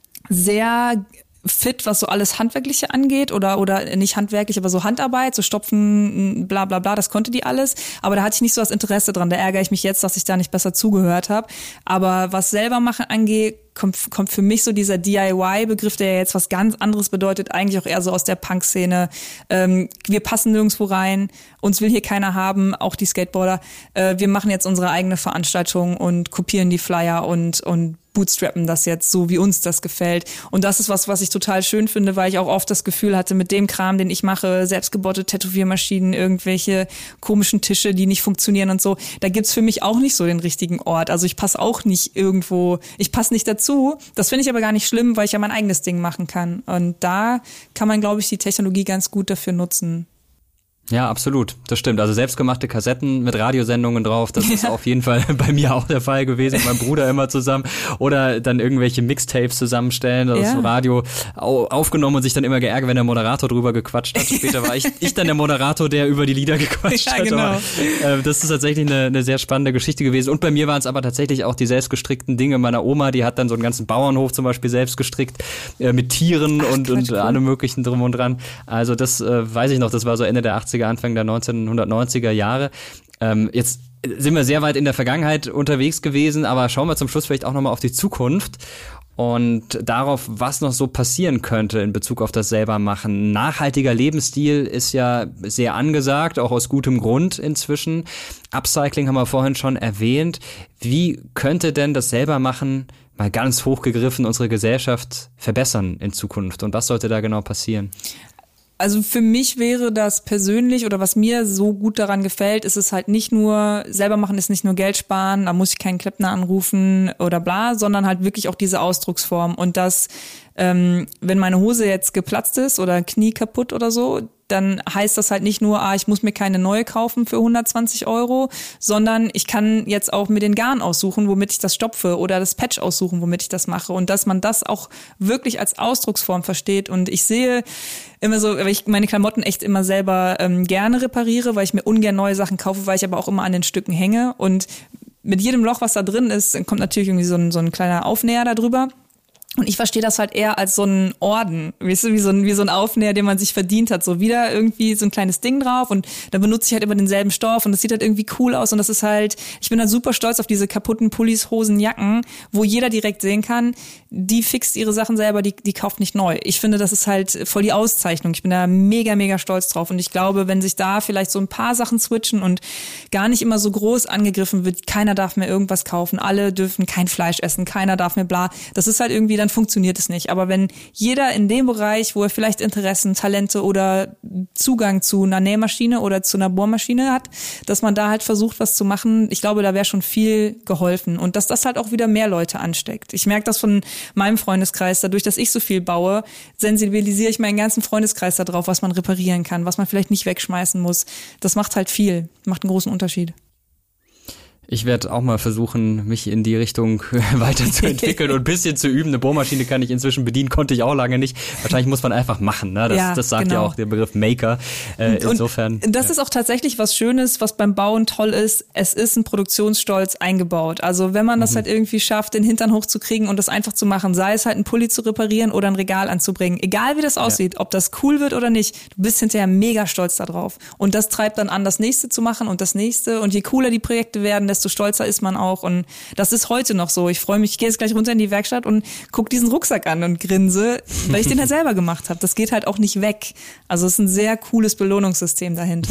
sehr fit, was so alles Handwerkliche angeht oder oder nicht handwerklich, aber so Handarbeit, so Stopfen, bla bla bla, das konnte die alles. Aber da hatte ich nicht so das Interesse dran. Da ärgere ich mich jetzt, dass ich da nicht besser zugehört habe. Aber was selber machen angeht, kommt, kommt für mich so dieser D I Y-Begriff, der ja jetzt was ganz anderes bedeutet, eigentlich auch eher so aus der Punk-Szene. Ähm, wir passen nirgendwo rein, uns will hier keiner haben, auch die Skateboarder. Äh, wir machen jetzt unsere eigene Veranstaltung und kopieren die Flyer und und bootstrappen das jetzt so, wie uns das gefällt. Und das ist was, was ich total schön finde, weil ich auch oft das Gefühl hatte, mit dem Kram, den ich mache, selbstgebaute Tätowiermaschinen, irgendwelche komischen Tische, die nicht funktionieren und so, da gibt's für mich auch nicht so den richtigen Ort. Also ich passe auch nicht irgendwo, ich passe nicht dazu. Das finde ich aber gar nicht schlimm, weil ich ja mein eigenes Ding machen kann. Und da kann man, glaube ich, die Technologie ganz gut dafür nutzen. Ja, absolut. Das stimmt. Also selbstgemachte Kassetten mit Radiosendungen drauf, das ist auf jeden Fall bei mir auch der Fall gewesen, mit meinem Bruder immer zusammen. Oder dann irgendwelche Mixtapes zusammenstellen, das ja. Radio aufgenommen und sich dann immer geärgert, wenn der Moderator drüber gequatscht hat. Später war ich, ich dann der Moderator, der über die Lieder gequatscht ja, hat. Genau. Aber, äh, das ist tatsächlich eine, eine sehr spannende Geschichte gewesen. Und bei mir waren es aber tatsächlich auch die selbstgestrickten Dinge meiner Oma, die hat dann so einen ganzen Bauernhof zum Beispiel selbst gestrickt, äh, mit Tieren Ach, und, Quatsch, und cool. allem möglichen drum und dran. Also das äh, weiß ich noch, das war so Ende der achtziger, Anfang der neunzehnhundertneunziger Jahre. Ähm, jetzt sind wir sehr weit in der Vergangenheit unterwegs gewesen, aber schauen wir zum Schluss vielleicht auch nochmal auf die Zukunft und darauf, was noch so passieren könnte in Bezug auf das Selbermachen. Nachhaltiger Lebensstil ist ja sehr angesagt, auch aus gutem Grund inzwischen. Upcycling haben wir vorhin schon erwähnt. Wie könnte denn das Selbermachen mal ganz hochgegriffen, unsere Gesellschaft verbessern in Zukunft? Und was sollte da genau passieren? Also für mich wäre das persönlich oder was mir so gut daran gefällt, ist es halt nicht nur, selber machen ist nicht nur Geld sparen, da muss ich keinen Klempner anrufen oder bla, sondern halt wirklich auch diese Ausdrucksform. Und dass, ähm, wenn meine Hose jetzt geplatzt ist oder Knie kaputt oder so, dann heißt das halt nicht nur, ah, ich muss mir keine neue kaufen für hundertzwanzig Euro, sondern ich kann jetzt auch mir den Garn aussuchen, womit ich das stopfe oder das Patch aussuchen, womit ich das mache. Und dass man das auch wirklich als Ausdrucksform versteht. Und ich sehe immer so, weil ich meine Klamotten echt immer selber ähm, gerne repariere, weil ich mir ungern neue Sachen kaufe, weil ich aber auch immer an den Stücken hänge. Und mit jedem Loch, was da drin ist, dann kommt natürlich irgendwie so ein, so ein kleiner Aufnäher da drüber. Und ich verstehe das halt eher als so einen Orden, weißt du, wie so ein, wie so ein Aufnäher, den man sich verdient hat. So wieder irgendwie so ein kleines Ding drauf und da benutze ich halt immer denselben Stoff und das sieht halt irgendwie cool aus und das ist halt, ich bin halt super stolz auf diese kaputten Pullis, Hosen, Jacken, wo jeder direkt sehen kann, die fixt ihre Sachen selber, die, die kauft nicht neu. Ich finde, das ist halt voll die Auszeichnung. Ich bin da mega, mega stolz drauf und ich glaube, wenn sich da vielleicht so ein paar Sachen switchen und gar nicht immer so groß angegriffen wird, keiner darf mehr irgendwas kaufen, alle dürfen kein Fleisch essen, keiner darf mehr bla, das ist halt irgendwie dann funktioniert es nicht. Aber wenn jeder in dem Bereich, wo er vielleicht Interessen, Talente oder Zugang zu einer Nähmaschine oder zu einer Bohrmaschine hat, dass man da halt versucht, was zu machen, ich glaube, da wäre schon viel geholfen. Und dass das halt auch wieder mehr Leute ansteckt. Ich merke das von meinem Freundeskreis, dadurch, dass ich so viel baue, sensibilisiere ich meinen ganzen Freundeskreis darauf, was man reparieren kann, was man vielleicht nicht wegschmeißen muss. Das macht halt viel, macht einen großen Unterschied. Ich werde auch mal versuchen, mich in die Richtung weiterzuentwickeln und ein bisschen zu üben. Eine Bohrmaschine kann ich inzwischen bedienen, konnte ich auch lange nicht. Wahrscheinlich muss man einfach machen, ne? Das, ja, das sagt genau. ja auch der Begriff Maker. Äh, insofern. Und das ja. ist auch tatsächlich was Schönes, was beim Bauen toll ist. Es ist ein Produktionsstolz eingebaut. Also wenn man das mhm. halt irgendwie schafft, den Hintern hochzukriegen und das einfach zu machen, sei es halt einen Pulli zu reparieren oder ein Regal anzubringen, egal wie das aussieht, ja. ob das cool wird oder nicht, du bist hinterher mega stolz darauf. Und das treibt dann an, das nächste zu machen und das nächste. Und je cooler die Projekte werden, desto stolzer ist man auch und das ist heute noch so. Ich freue mich, ich gehe jetzt gleich runter in die Werkstatt und gucke diesen Rucksack an und grinse, weil ich den halt selber gemacht habe. Das geht halt auch nicht weg. Also es ist ein sehr cooles Belohnungssystem dahinter.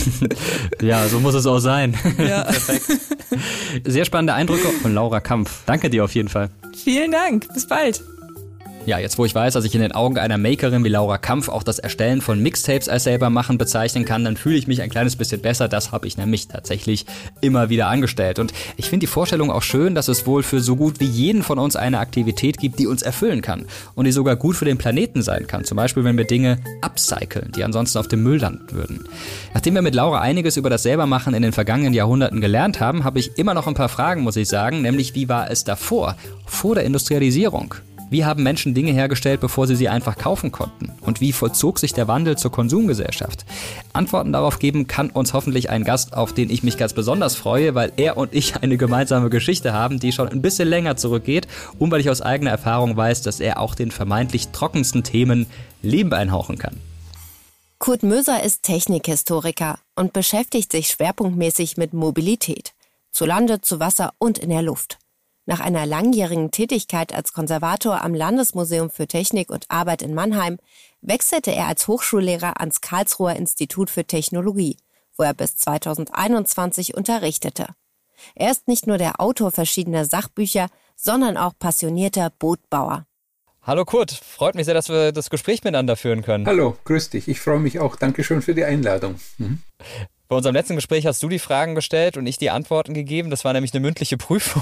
Ja, so muss es auch sein. Ja. Perfekt. Sehr spannende Eindrücke von Laura Kampf. Danke dir auf jeden Fall. Vielen Dank. Bis bald. Ja, jetzt wo ich weiß, dass ich in den Augen einer Makerin wie Laura Kampf auch das Erstellen von Mixtapes als selber machen bezeichnen kann, dann fühle ich mich ein kleines bisschen besser. Das habe ich nämlich tatsächlich immer wieder angestellt. Und ich finde die Vorstellung auch schön, dass es wohl für so gut wie jeden von uns eine Aktivität gibt, die uns erfüllen kann und die sogar gut für den Planeten sein kann. Zum Beispiel, wenn wir Dinge upcyclen, die ansonsten auf dem Müll landen würden. Nachdem wir mit Laura einiges über das Selbermachen in den vergangenen Jahrhunderten gelernt haben, habe ich immer noch ein paar Fragen, muss ich sagen, nämlich wie war es davor, vor der Industrialisierung? Wie haben Menschen Dinge hergestellt, bevor sie sie einfach kaufen konnten? Und wie vollzog sich der Wandel zur Konsumgesellschaft? Antworten darauf geben kann uns hoffentlich ein Gast, auf den ich mich ganz besonders freue, weil er und ich eine gemeinsame Geschichte haben, die schon ein bisschen länger zurückgeht und weil ich aus eigener Erfahrung weiß, dass er auch den vermeintlich trockensten Themen Leben einhauchen kann. Kurt Möser ist Technikhistoriker und beschäftigt sich schwerpunktmäßig mit Mobilität. Zu Lande, zu Wasser und in der Luft. Nach einer langjährigen Tätigkeit als Konservator am Landesmuseum für Technik und Arbeit in Mannheim wechselte er als Hochschullehrer ans Karlsruher Institut für Technologie, wo er bis zweitausendeinundzwanzig unterrichtete. Er ist nicht nur der Autor verschiedener Sachbücher, sondern auch passionierter Bootbauer. Hallo Kurt, freut mich sehr, dass wir das Gespräch miteinander führen können. Hallo, grüß dich. Ich freue mich auch. Dankeschön für die Einladung. Mhm. Bei unserem letzten Gespräch hast du die Fragen gestellt und ich die Antworten gegeben. Das war nämlich eine mündliche Prüfung.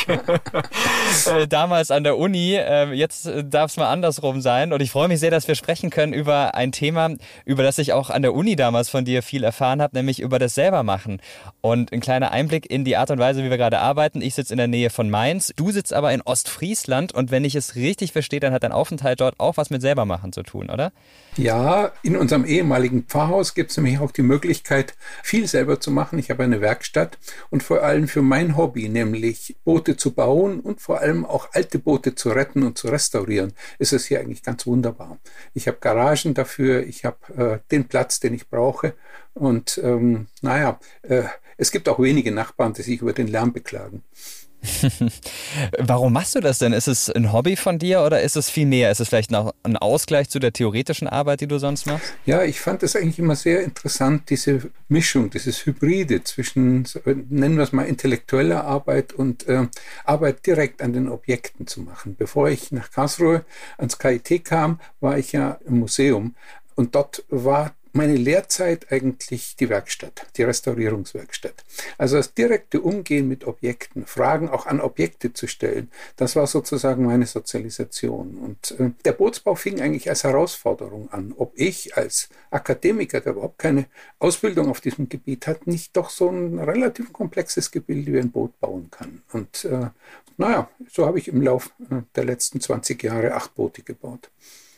Damals an der Uni. Jetzt darf es mal andersrum sein. Und ich freue mich sehr, dass wir sprechen können über ein Thema, über das ich auch an der Uni damals von dir viel erfahren habe, nämlich über das Selbermachen. Und ein kleiner Einblick in die Art und Weise, wie wir gerade arbeiten. Ich sitze in der Nähe von Mainz. Du sitzt aber in Ostfriesland. Und wenn ich es richtig verstehe, dann hat dein Aufenthalt dort auch was mit Selbermachen zu tun, oder? Ja, in unserem ehemaligen Pfarrhaus gibt es nämlich auch die Möglichkeit, viel selber zu machen. Ich habe eine Werkstatt und vor allem für mein Hobby, nämlich Boote zu bauen und vor allem auch alte Boote zu retten und zu restaurieren, ist es hier eigentlich ganz wunderbar. Ich habe Garagen dafür, ich habe äh, den Platz, den ich brauche und ähm, naja, äh, es gibt auch wenige Nachbarn, die sich über den Lärm beklagen. Warum machst du das denn? Ist es ein Hobby von dir oder ist es viel mehr? Ist es vielleicht noch ein Ausgleich zu der theoretischen Arbeit, die du sonst machst? Ja, ich fand das eigentlich immer sehr interessant, diese Mischung, dieses Hybride zwischen, nennen wir es mal, intellektueller Arbeit und äh, Arbeit direkt an den Objekten zu machen. Bevor ich nach Karlsruhe ans K I T kam, war ich ja im Museum und dort war meine Lehrzeit eigentlich die Werkstatt, die Restaurierungswerkstatt. Also das direkte Umgehen mit Objekten, Fragen auch an Objekte zu stellen, das war sozusagen meine Sozialisation. Und äh, der Bootsbau fing eigentlich als Herausforderung an, ob ich als Akademiker, der überhaupt keine Ausbildung auf diesem Gebiet hat, nicht doch so ein relativ komplexes Gebilde wie ein Boot bauen kann. Und äh, naja, so habe ich im Lauf äh, der letzten zwanzig Jahre acht Boote gebaut.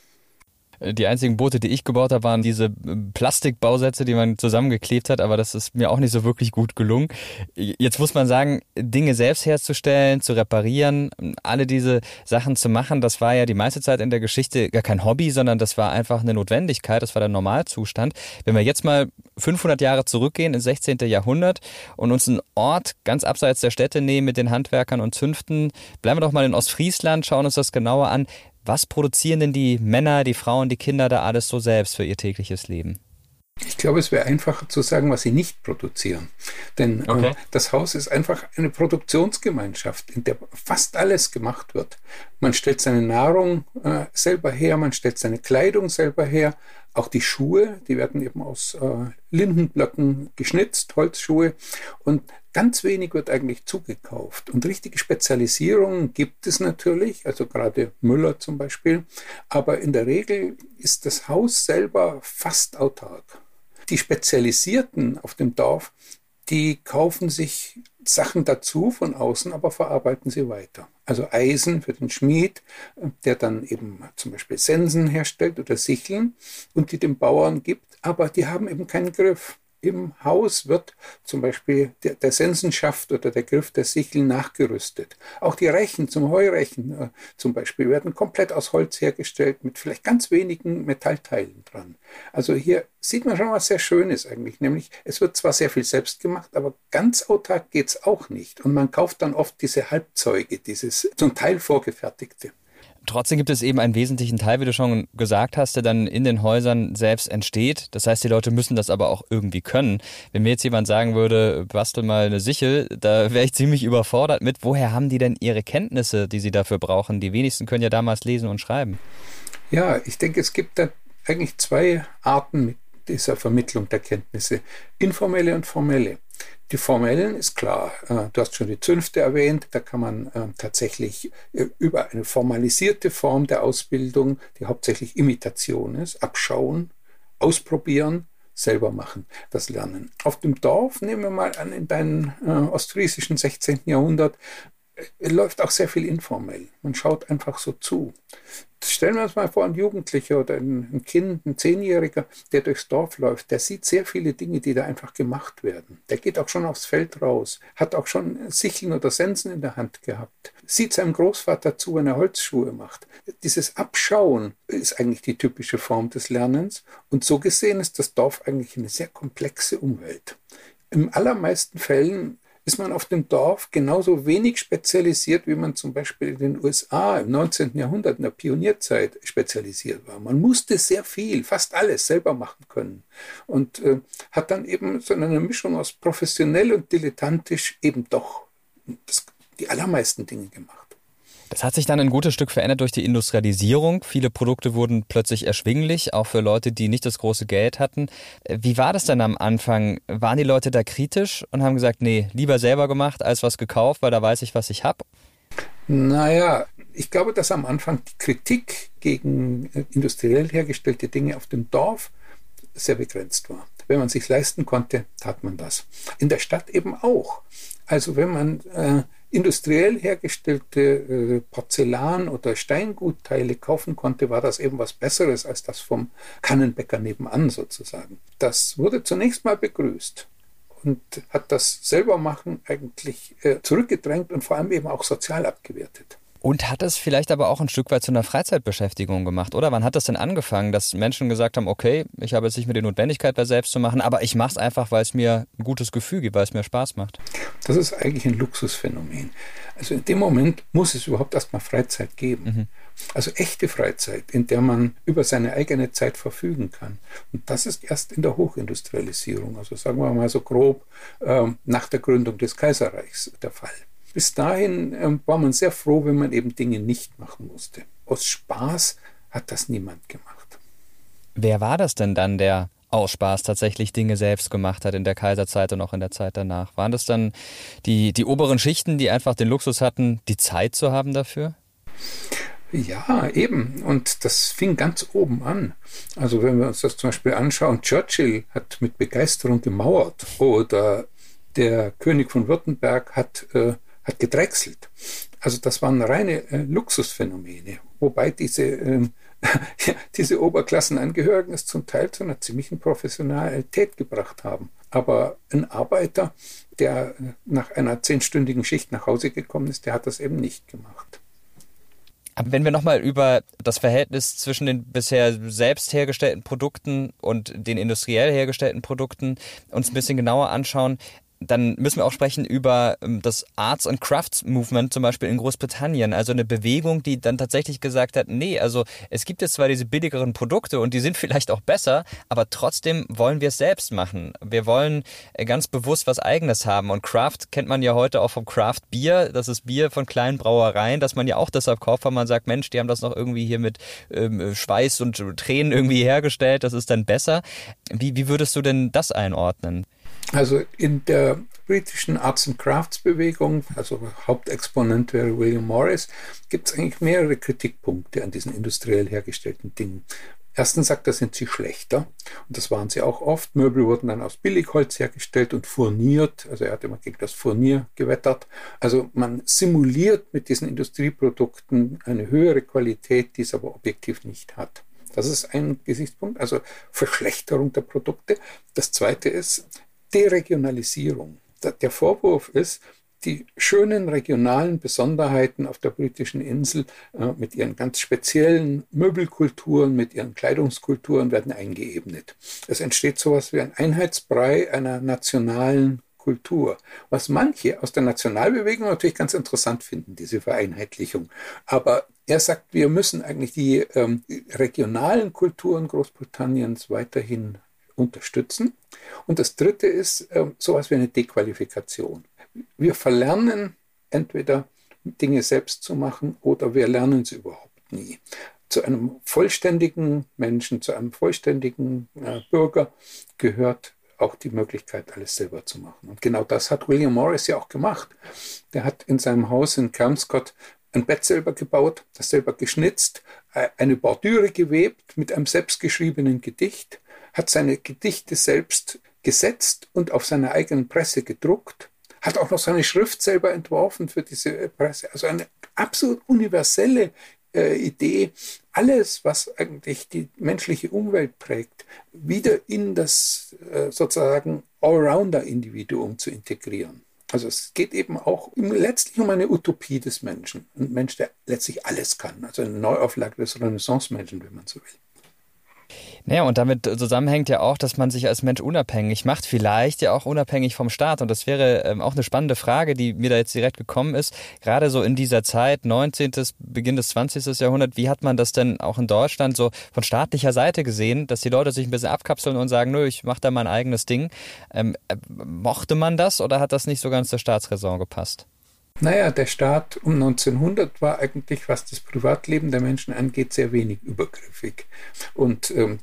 Die einzigen Boote, die ich gebaut habe, waren diese Plastikbausätze, die man zusammengeklebt hat, aber das ist mir auch nicht so wirklich gut gelungen. Jetzt muss man sagen, Dinge selbst herzustellen, zu reparieren, alle diese Sachen zu machen, das war ja die meiste Zeit in der Geschichte gar kein Hobby, sondern das war einfach eine Notwendigkeit, das war der Normalzustand. Wenn wir jetzt mal fünfhundert Jahre zurückgehen ins sechzehnten. Jahrhundert und uns einen Ort ganz abseits der Städte nehmen mit den Handwerkern und Zünften, bleiben wir doch mal in Ostfriesland, schauen uns das genauer an. Was produzieren denn die Männer, die Frauen, die Kinder da alles so selbst für ihr tägliches Leben? Ich glaube, es wäre einfacher zu sagen, was sie nicht produzieren. Denn okay. äh, das Haus ist einfach eine Produktionsgemeinschaft, in der fast alles gemacht wird. Man stellt seine Nahrung äh, selber her, man stellt seine Kleidung selber her. Auch die Schuhe, die werden eben aus äh, Lindenblöcken geschnitzt, Holzschuhe. Und ganz wenig wird eigentlich zugekauft. Und richtige Spezialisierungen gibt es natürlich, also gerade Müller zum Beispiel. Aber in der Regel ist das Haus selber fast autark. Die Spezialisierten auf dem Dorf, die kaufen sich Sachen dazu von außen, aber verarbeiten sie weiter. Also Eisen für den Schmied, der dann eben zum Beispiel Sensen herstellt oder Sicheln und die dem Bauern gibt, aber die haben eben keinen Griff. Im Haus wird zum Beispiel der, der Sensenschaft oder der Griff der Sichel nachgerüstet. Auch die Rechen zum Heurechen äh, zum Beispiel werden komplett aus Holz hergestellt mit vielleicht ganz wenigen Metallteilen dran. Also hier sieht man schon was sehr Schönes eigentlich, nämlich es wird zwar sehr viel selbst gemacht, aber ganz autark geht es auch nicht. Und man kauft dann oft diese Halbzeuge, dieses zum Teil vorgefertigte. Trotzdem gibt es eben einen wesentlichen Teil, wie du schon gesagt hast, der dann in den Häusern selbst entsteht. Das heißt, die Leute müssen das aber auch irgendwie können. Wenn mir jetzt jemand sagen würde, bastel mal eine Sichel, da wäre ich ziemlich überfordert mit. Woher haben die denn ihre Kenntnisse, die sie dafür brauchen? Die wenigsten können ja damals lesen und schreiben. Ja, ich denke, es gibt da eigentlich zwei Arten mit dieser Vermittlung der Kenntnisse. Informelle und formelle. Die formellen ist klar, du hast schon die Zünfte erwähnt, da kann man tatsächlich über eine formalisierte Form der Ausbildung, die hauptsächlich Imitation ist, abschauen, ausprobieren, selber machen, das Lernen. Auf dem Dorf, nehmen wir mal an, in deinem ostfriesischen sechzehnten. Jahrhundert, läuft auch sehr viel informell. Man schaut einfach so zu. Stellen wir uns mal vor, ein Jugendlicher oder ein Kind, ein Zehnjähriger, der durchs Dorf läuft, der sieht sehr viele Dinge, die da einfach gemacht werden. Der geht auch schon aufs Feld raus, hat auch schon Sicheln oder Sensen in der Hand gehabt, sieht seinem Großvater zu, wenn er Holzschuhe macht. Dieses Abschauen ist eigentlich die typische Form des Lernens und so gesehen ist das Dorf eigentlich eine sehr komplexe Umwelt. In allermeisten Fällen ist man auf dem Dorf genauso wenig spezialisiert, wie man zum Beispiel in den U S A im neunzehnten. Jahrhundert in der Pionierzeit spezialisiert war. Man musste sehr viel, fast alles selber machen können und äh, hat dann eben so eine Mischung aus professionell und dilettantisch eben doch das, die allermeisten Dinge gemacht. Das hat sich dann ein gutes Stück verändert durch die Industrialisierung. Viele Produkte wurden plötzlich erschwinglich, auch für Leute, die nicht das große Geld hatten. Wie war das denn am Anfang? Waren die Leute da kritisch und haben gesagt, nee, lieber selber gemacht als was gekauft, weil da weiß ich, was ich habe? Naja, ich glaube, dass am Anfang die Kritik gegen industriell hergestellte Dinge auf dem Dorf sehr begrenzt war. Wenn man es sich leisten konnte, tat man das. In der Stadt eben auch. Also wenn man äh, industriell hergestellte äh, Porzellan- oder Steingutteile kaufen konnte, war das eben was Besseres als das vom Kannenbäcker nebenan sozusagen. Das wurde zunächst mal begrüßt und hat das Selbermachen eigentlich äh, zurückgedrängt und vor allem eben auch sozial abgewertet. Und hat es vielleicht aber auch ein Stück weit zu einer Freizeitbeschäftigung gemacht, oder? Wann hat das denn angefangen, dass Menschen gesagt haben, okay, ich habe jetzt nicht mehr die Notwendigkeit, das selbst zu machen, aber ich mache es einfach, weil es mir ein gutes Gefühl gibt, weil es mir Spaß macht? Das ist eigentlich ein Luxusphänomen. Also in dem Moment muss es überhaupt erstmal Freizeit geben. Mhm. Also echte Freizeit, in der man über seine eigene Zeit verfügen kann. Und das ist erst in der Hochindustrialisierung, also sagen wir mal so grob ähm, nach der Gründung des Kaiserreichs der Fall. Bis dahin ähm, war man sehr froh, wenn man eben Dinge nicht machen musste. Aus Spaß hat das niemand gemacht. Wer war das denn dann, der aus Spaß tatsächlich Dinge selbst gemacht hat in der Kaiserzeit und auch in der Zeit danach? Waren das dann die, die oberen Schichten, die einfach den Luxus hatten, die Zeit zu haben dafür? Ja, eben. Und das fing ganz oben an. Also wenn wir uns das zum Beispiel anschauen, Churchill hat mit Begeisterung gemauert oder der König von Württemberg hat, äh, hat gedrechselt. Also das waren reine äh, Luxusphänomene, wobei diese, äh, ja, diese Oberklassenangehörigen es zum Teil zu einer ziemlichen Professionalität gebracht haben. Aber ein Arbeiter, der nach einer zehnstündigen Schicht nach Hause gekommen ist, der hat das eben nicht gemacht. Aber wenn wir nochmal über das Verhältnis zwischen den bisher selbst hergestellten Produkten und den industriell hergestellten Produkten uns ein bisschen genauer anschauen, dann müssen wir auch sprechen über das Arts and Crafts Movement zum Beispiel in Großbritannien. Also eine Bewegung, die dann tatsächlich gesagt hat, nee, also es gibt jetzt zwar diese billigeren Produkte und die sind vielleicht auch besser, aber trotzdem wollen wir es selbst machen. Wir wollen ganz bewusst was Eigenes haben. Und Craft kennt man ja heute auch vom Craft Bier. Das ist Bier von kleinen Brauereien, das man ja auch deshalb kauft, weil man sagt, Mensch, die haben das noch irgendwie hier mit ähm, Schweiß und Tränen irgendwie hergestellt. Das ist dann besser. Wie, wie würdest du denn das einordnen? Also in der britischen Arts and Crafts Bewegung, also Hauptexponent wäre William Morris, gibt es eigentlich mehrere Kritikpunkte an diesen industriell hergestellten Dingen. Erstens sagt er, sind sie schlechter. Und das waren sie auch oft. Möbel wurden dann aus Billigholz hergestellt und furniert. Also er hat immer gegen das Furnier gewettert. Also man simuliert mit diesen Industrieprodukten eine höhere Qualität, die es aber objektiv nicht hat. Das ist ein Gesichtspunkt, also Verschlechterung der Produkte. Das zweite ist Deregionalisierung. Der Vorwurf ist, die schönen regionalen Besonderheiten auf der britischen Insel äh, mit ihren ganz speziellen Möbelkulturen, mit ihren Kleidungskulturen werden eingeebnet. Es entsteht sowas wie ein Einheitsbrei einer nationalen Kultur, was manche aus der Nationalbewegung natürlich ganz interessant finden, diese Vereinheitlichung. Aber er sagt, wir müssen eigentlich die ähm, regionalen Kulturen Großbritanniens weiterhin unterstützen. Und das Dritte ist äh, sowas wie eine Dequalifikation. Wir verlernen entweder Dinge selbst zu machen oder wir lernen sie überhaupt nie. Zu einem vollständigen Menschen, zu einem vollständigen äh, Bürger gehört auch die Möglichkeit, alles selber zu machen. Und genau das hat William Morris ja auch gemacht. Der hat in seinem Haus in Kelmscott ein Bett selber gebaut, das selber geschnitzt, eine Bordüre gewebt mit einem selbstgeschriebenen Gedicht, hat seine Gedichte selbst gesetzt und auf seiner eigenen Presse gedruckt, hat auch noch seine Schrift selber entworfen für diese Presse. Also eine absolut universelle äh, Idee, alles, was eigentlich die menschliche Umwelt prägt, wieder in das äh, sozusagen Allrounder-Individuum zu integrieren. Also es geht eben auch letztlich um eine Utopie des Menschen. Ein Mensch, der letztlich alles kann. Also eine Neuauflage des Renaissance-Menschen, wenn man so will. Naja, und damit zusammenhängt ja auch, dass man sich als Mensch unabhängig macht, vielleicht ja auch unabhängig vom Staat. Und das wäre ähm, auch eine spannende Frage, die mir da jetzt direkt gekommen ist. Gerade so in dieser Zeit, neunzehnten. Beginn des zwanzigsten. Jahrhundert, wie hat man das denn auch in Deutschland so von staatlicher Seite gesehen, dass die Leute sich ein bisschen abkapseln und sagen, nö, ich mache da mein eigenes Ding. Ähm, äh, mochte man das oder hat das nicht so ganz zur Staatsräson gepasst? Naja, der Staat um neunzehnhundert war eigentlich, was das Privatleben der Menschen angeht, sehr wenig übergriffig. Und ähm,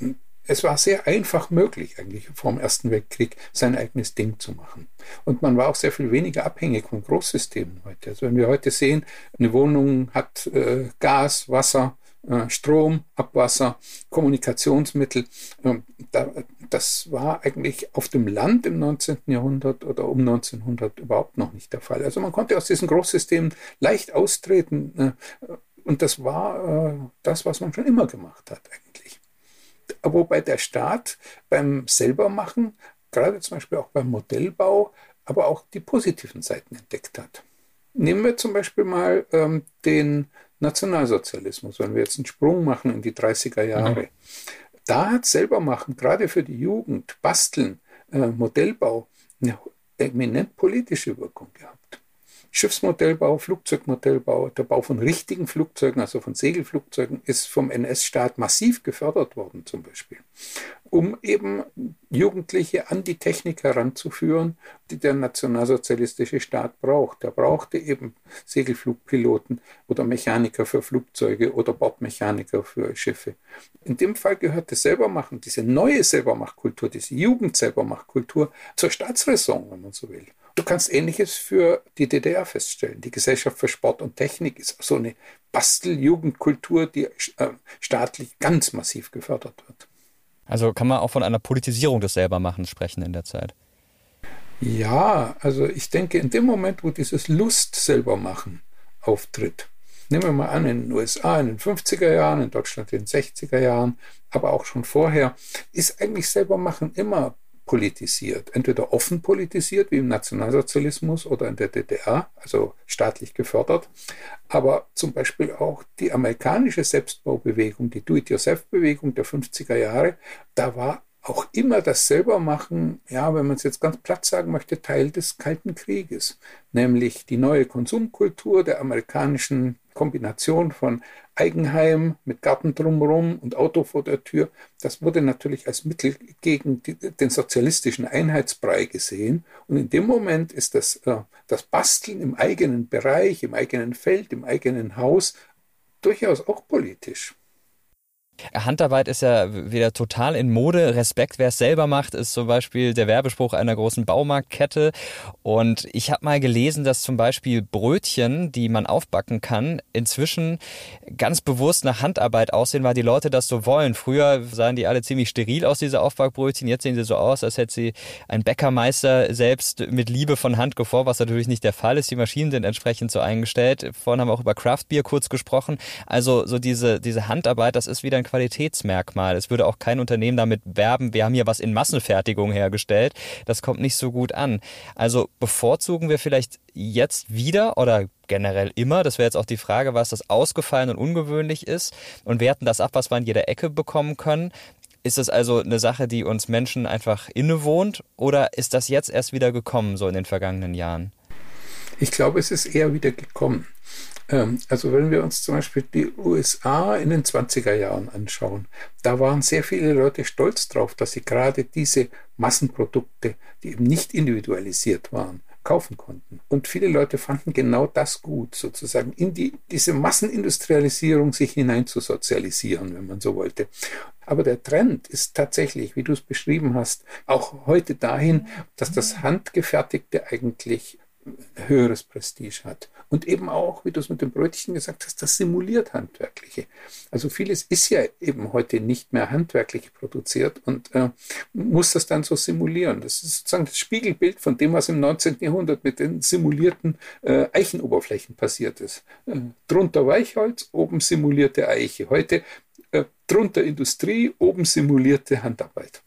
es war sehr einfach möglich, eigentlich vor dem Ersten Weltkrieg sein eigenes Ding zu machen. Und man war auch sehr viel weniger abhängig von Großsystemen heute. Also wenn wir heute sehen, eine Wohnung hat äh, Gas, Wasser, äh, Strom, Abwasser, Kommunikationsmittel, äh, da, das war eigentlich auf dem Land im neunzehnten. Jahrhundert oder um neunzehnhundert überhaupt noch nicht der Fall. Also man konnte aus diesen Großsystemen leicht austreten äh, und das war äh, das, was man schon immer gemacht hat eigentlich. Wobei der Staat beim Selbermachen, gerade zum Beispiel auch beim Modellbau, aber auch die positiven Seiten entdeckt hat. Nehmen wir zum Beispiel mal ähm, den Nationalsozialismus, wenn wir jetzt einen Sprung machen in die dreißiger Jahre. Mhm. Da hat selber machen, gerade für die Jugend, Basteln, äh, Modellbau, eine eminent politische Wirkung gehabt. Schiffsmodellbau, Flugzeugmodellbau, der Bau von richtigen Flugzeugen, also von Segelflugzeugen, ist vom N S-Staat massiv gefördert worden zum Beispiel, um eben Jugendliche an die Technik heranzuführen, die der nationalsozialistische Staat braucht. Der brauchte eben Segelflugpiloten oder Mechaniker für Flugzeuge oder Bordmechaniker für Schiffe. In dem Fall gehört das Selbermachen, diese neue Selbermachkultur, diese Jugend-Selbermachkultur zur Staatsräson, wenn man so will. Du kannst Ähnliches für die D D R feststellen. Die Gesellschaft für Sport und Technik ist so eine Basteljugendkultur, die äh, staatlich ganz massiv gefördert wird. Also kann man auch von einer Politisierung des Selbermachens sprechen in der Zeit? Ja, also ich denke, in dem Moment, wo dieses Lust-Selbermachen auftritt, nehmen wir mal an, in den U S A in den fünfziger Jahren, in Deutschland in den sechziger Jahren, aber auch schon vorher, ist eigentlich Selbermachen immer politisiert. Entweder offen politisiert, wie im Nationalsozialismus oder in der D D R, also staatlich gefördert, aber zum Beispiel auch die amerikanische Selbstbaubewegung, die Do-it-yourself-Bewegung der fünfziger Jahre, da war auch immer das Selbermachen, ja, wenn man es jetzt ganz platt sagen möchte, Teil des Kalten Krieges, nämlich die neue Konsumkultur der amerikanischen Kombination von Eigenheim mit Garten drumherum und Auto vor der Tür. Das wurde natürlich als Mittel gegen die, den sozialistischen Einheitsbrei gesehen. Und in dem Moment ist das, äh, das Basteln im eigenen Bereich, im eigenen Feld, im eigenen Haus durchaus auch politisch. Handarbeit ist ja wieder total in Mode. Respekt, wer es selber macht, ist zum Beispiel der Werbespruch einer großen Baumarktkette. Und ich habe mal gelesen, dass zum Beispiel Brötchen, die man aufbacken kann, inzwischen ganz bewusst nach Handarbeit aussehen, weil die Leute das so wollen. Früher sahen die alle ziemlich steril aus, diese Aufbackbrötchen. Jetzt sehen sie so aus, als hätte sie ein Bäckermeister selbst mit Liebe von Hand geformt, was natürlich nicht der Fall ist. Die Maschinen sind entsprechend so eingestellt. Vorhin haben wir auch über Craft Beer kurz gesprochen. Also so diese, diese Handarbeit, das ist wieder ein Qualitätsmerkmal. Es würde auch kein Unternehmen damit werben, wir haben hier was in Massenfertigung hergestellt. Das kommt nicht so gut an. Also bevorzugen wir vielleicht jetzt wieder oder generell immer, das wäre jetzt auch die Frage, was das ausgefallen und ungewöhnlich ist, und werten das ab, was wir an jeder Ecke bekommen können. Ist das also eine Sache, die uns Menschen einfach innewohnt, oder ist das jetzt erst wieder gekommen, so in den vergangenen Jahren? Ich glaube, es ist eher wieder gekommen. Also wenn wir uns zum Beispiel die U S A in den zwanziger Jahren anschauen, da waren sehr viele Leute stolz drauf, dass sie gerade diese Massenprodukte, die eben nicht individualisiert waren, kaufen konnten. Und viele Leute fanden genau das gut, sozusagen in die, diese Massenindustrialisierung sich hinein zu sozialisieren, wenn man so wollte. Aber der Trend ist tatsächlich, wie du es beschrieben hast, auch heute dahin, dass das Handgefertigte eigentlich höheres Prestige hat. Und eben auch, wie du es mit dem Brötchen gesagt hast, das simuliert Handwerkliche. Also vieles ist ja eben heute nicht mehr handwerklich produziert und äh, muss das dann so simulieren. Das ist sozusagen das Spiegelbild von dem, was im neunzehnten Jahrhundert mit den simulierten äh, Eichenoberflächen passiert ist. Äh, drunter Weichholz, oben simulierte Eiche. Heute äh, drunter Industrie, oben simulierte Handarbeit.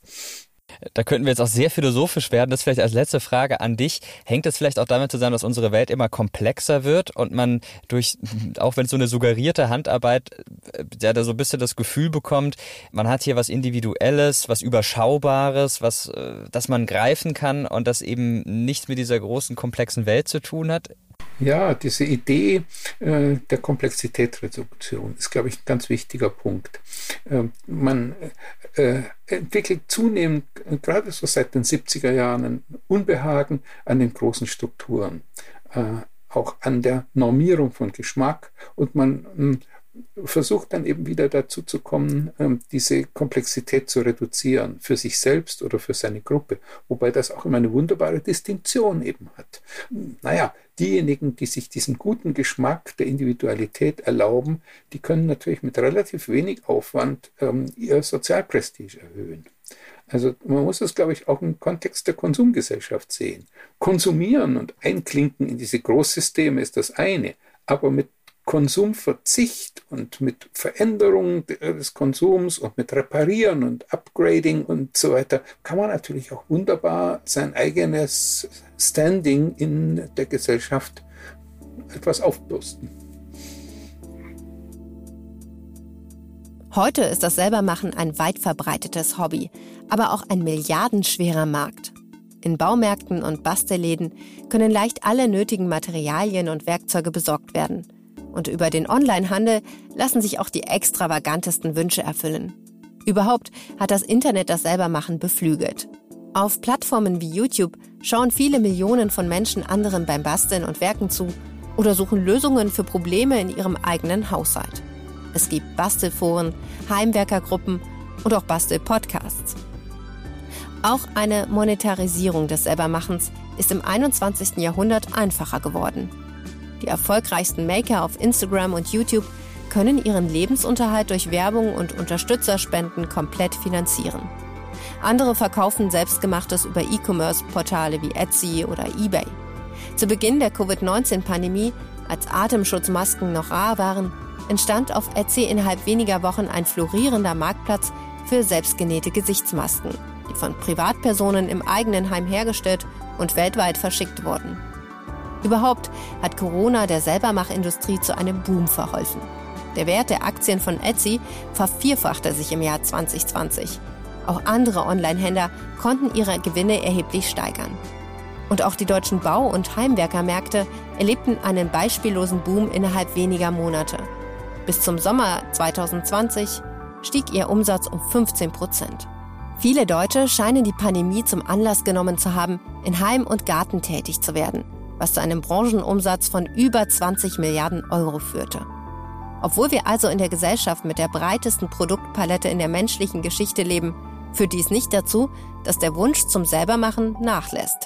Da könnten wir jetzt auch sehr philosophisch werden. Das vielleicht als letzte Frage an dich. Hängt es vielleicht auch damit zusammen, dass unsere Welt immer komplexer wird und man durch, auch wenn es so eine suggerierte Handarbeit, ja, da so ein bisschen das Gefühl bekommt, man hat hier was Individuelles, was Überschaubares, was, das man greifen kann und das eben nichts mit dieser großen, komplexen Welt zu tun hat? Ja, diese Idee äh, der Komplexitätsreduktion ist, glaube ich, ein ganz wichtiger Punkt. Äh, man äh, entwickelt zunehmend, gerade so seit den siebziger Jahren, ein Unbehagen an den großen Strukturen, äh, auch an der Normierung von Geschmack, und man mh, versucht dann eben wieder dazu zu kommen, ähm, diese Komplexität zu reduzieren, für sich selbst oder für seine Gruppe, wobei das auch immer eine wunderbare Distinktion eben hat. Naja, diejenigen, die sich diesen guten Geschmack der Individualität erlauben, die können natürlich mit relativ wenig Aufwand ähm, ihr Sozialprestige erhöhen. Also man muss es, glaube ich, auch im Kontext der Konsumgesellschaft sehen. Konsumieren und einklinken in diese Großsysteme ist das eine, aber mit Konsumverzicht und mit Veränderung des Konsums und mit Reparieren und Upgrading und so weiter kann man natürlich auch wunderbar sein eigenes Standing in der Gesellschaft etwas aufbürsten. Heute ist das Selbermachen ein weit verbreitetes Hobby, aber auch ein milliardenschwerer Markt. In Baumärkten und Bastelläden können leicht alle nötigen Materialien und Werkzeuge besorgt werden. Und über den Onlinehandel lassen sich auch die extravagantesten Wünsche erfüllen. Überhaupt hat das Internet das Selbermachen beflügelt. Auf Plattformen wie YouTube schauen viele Millionen von Menschen anderen beim Basteln und Werken zu oder suchen Lösungen für Probleme in ihrem eigenen Haushalt. Es gibt Bastelforen, Heimwerkergruppen und auch Bastelpodcasts. Auch eine Monetarisierung des Selbermachens ist im einundzwanzigsten Jahrhundert einfacher geworden. Die erfolgreichsten Maker auf Instagram und YouTube können ihren Lebensunterhalt durch Werbung und Unterstützerspenden komplett finanzieren. Andere verkaufen Selbstgemachtes über E-Commerce-Portale wie Etsy oder eBay. Zu Beginn der Covid neunzehn Pandemie, als Atemschutzmasken noch rar waren, entstand auf Etsy innerhalb weniger Wochen ein florierender Marktplatz für selbstgenähte Gesichtsmasken, die von Privatpersonen im eigenen Heim hergestellt und weltweit verschickt wurden. Überhaupt hat Corona der Selbermachindustrie zu einem Boom verholfen. Der Wert der Aktien von Etsy vervierfachte sich im Jahr zwanzig zwanzig. Auch andere Online-Händler konnten ihre Gewinne erheblich steigern. Und auch die deutschen Bau- und Heimwerkermärkte erlebten einen beispiellosen Boom innerhalb weniger Monate. Bis zum Sommer zwanzig zwanzig stieg ihr Umsatz um fünfzehn Prozent. Viele Deutsche scheinen die Pandemie zum Anlass genommen zu haben, in Heim und Garten tätig zu werden, was zu einem Branchenumsatz von über zwanzig Milliarden Euro führte. Obwohl wir also in der Gesellschaft mit der breitesten Produktpalette in der menschlichen Geschichte leben, führt dies nicht dazu, dass der Wunsch zum Selbermachen nachlässt.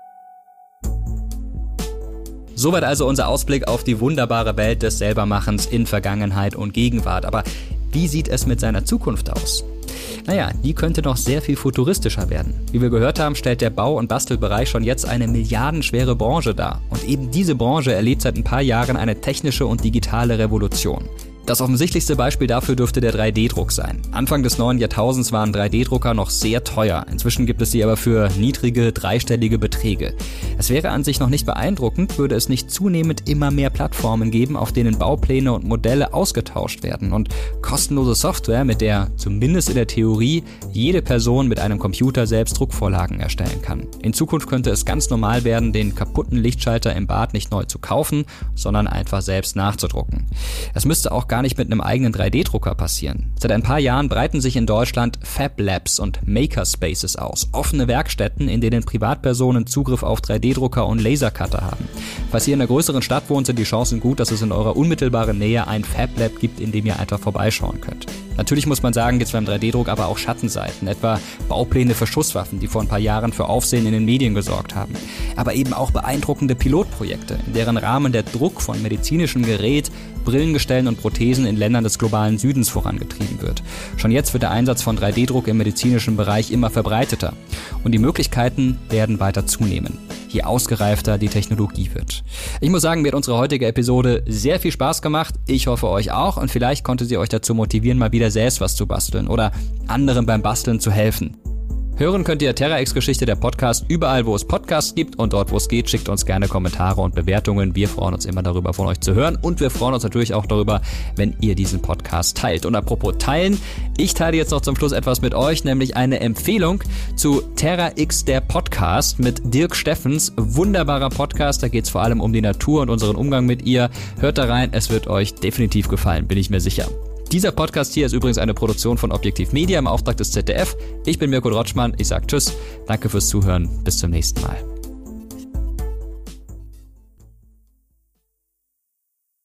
Soweit also unser Ausblick auf die wunderbare Welt des Selbermachens in Vergangenheit und Gegenwart. Aber wie sieht es mit seiner Zukunft aus? Naja, die könnte noch sehr viel futuristischer werden. Wie wir gehört haben, stellt der Bau- und Bastelbereich schon jetzt eine milliardenschwere Branche dar. Und eben diese Branche erlebt seit ein paar Jahren eine technische und digitale Revolution. Das offensichtlichste Beispiel dafür dürfte der drei D Druck sein. Anfang des neuen Jahrtausends waren drei D Drucker noch sehr teuer. Inzwischen gibt es sie aber für niedrige, dreistellige Beträge. Es wäre an sich noch nicht beeindruckend, würde es nicht zunehmend immer mehr Plattformen geben, auf denen Baupläne und Modelle ausgetauscht werden und kostenlose Software, mit der zumindest in der Theorie jede Person mit einem Computer selbst Druckvorlagen erstellen kann. In Zukunft könnte es ganz normal werden, den kaputten Lichtschalter im Bad nicht neu zu kaufen, sondern einfach selbst nachzudrucken. Es müsste auch gar nicht mit einem eigenen drei D Drucker passieren. Seit ein paar Jahren breiten sich in Deutschland Fab Labs und Makerspaces aus. Offene Werkstätten, in denen Privatpersonen Zugriff auf drei D Drucker und Lasercutter haben. Falls ihr in einer größeren Stadt wohnt, sind die Chancen gut, dass es in eurer unmittelbaren Nähe ein Fab Lab gibt, in dem ihr einfach vorbeischauen könnt. Natürlich muss man sagen, gibt es beim drei D Druck aber auch Schattenseiten, etwa Baupläne für Schusswaffen, die vor ein paar Jahren für Aufsehen in den Medien gesorgt haben. Aber eben auch beeindruckende Pilotprojekte, in deren Rahmen der Druck von medizinischem Gerät, Brillengestellen und Prothesen in Ländern des globalen Südens vorangetrieben wird. Schon jetzt wird der Einsatz von drei D Druck im medizinischen Bereich immer verbreiteter. Und die Möglichkeiten werden weiter zunehmen, je ausgereifter die Technologie wird. Ich muss sagen, mir hat unsere heutige Episode sehr viel Spaß gemacht. Ich hoffe euch auch und vielleicht konnte sie euch dazu motivieren, mal wieder selbst was zu basteln oder anderen beim Basteln zu helfen. Hören könnt ihr Terra-X-Geschichte, der Podcast, überall, wo es Podcasts gibt und dort, wo es geht, schickt uns gerne Kommentare und Bewertungen. Wir freuen uns immer darüber, von euch zu hören und wir freuen uns natürlich auch darüber, wenn ihr diesen Podcast teilt. Und apropos teilen, ich teile jetzt noch zum Schluss etwas mit euch, nämlich eine Empfehlung zu Terra-X, der Podcast mit Dirk Steffens. Wunderbarer Podcast, da geht es vor allem um die Natur und unseren Umgang mit ihr. Hört da rein, es wird euch definitiv gefallen, bin ich mir sicher. Dieser Podcast hier ist übrigens eine Produktion von Objektiv Media im Auftrag des Z D F. Ich bin Mirko Rotschmann, ich sage Tschüss, danke fürs Zuhören, bis zum nächsten Mal.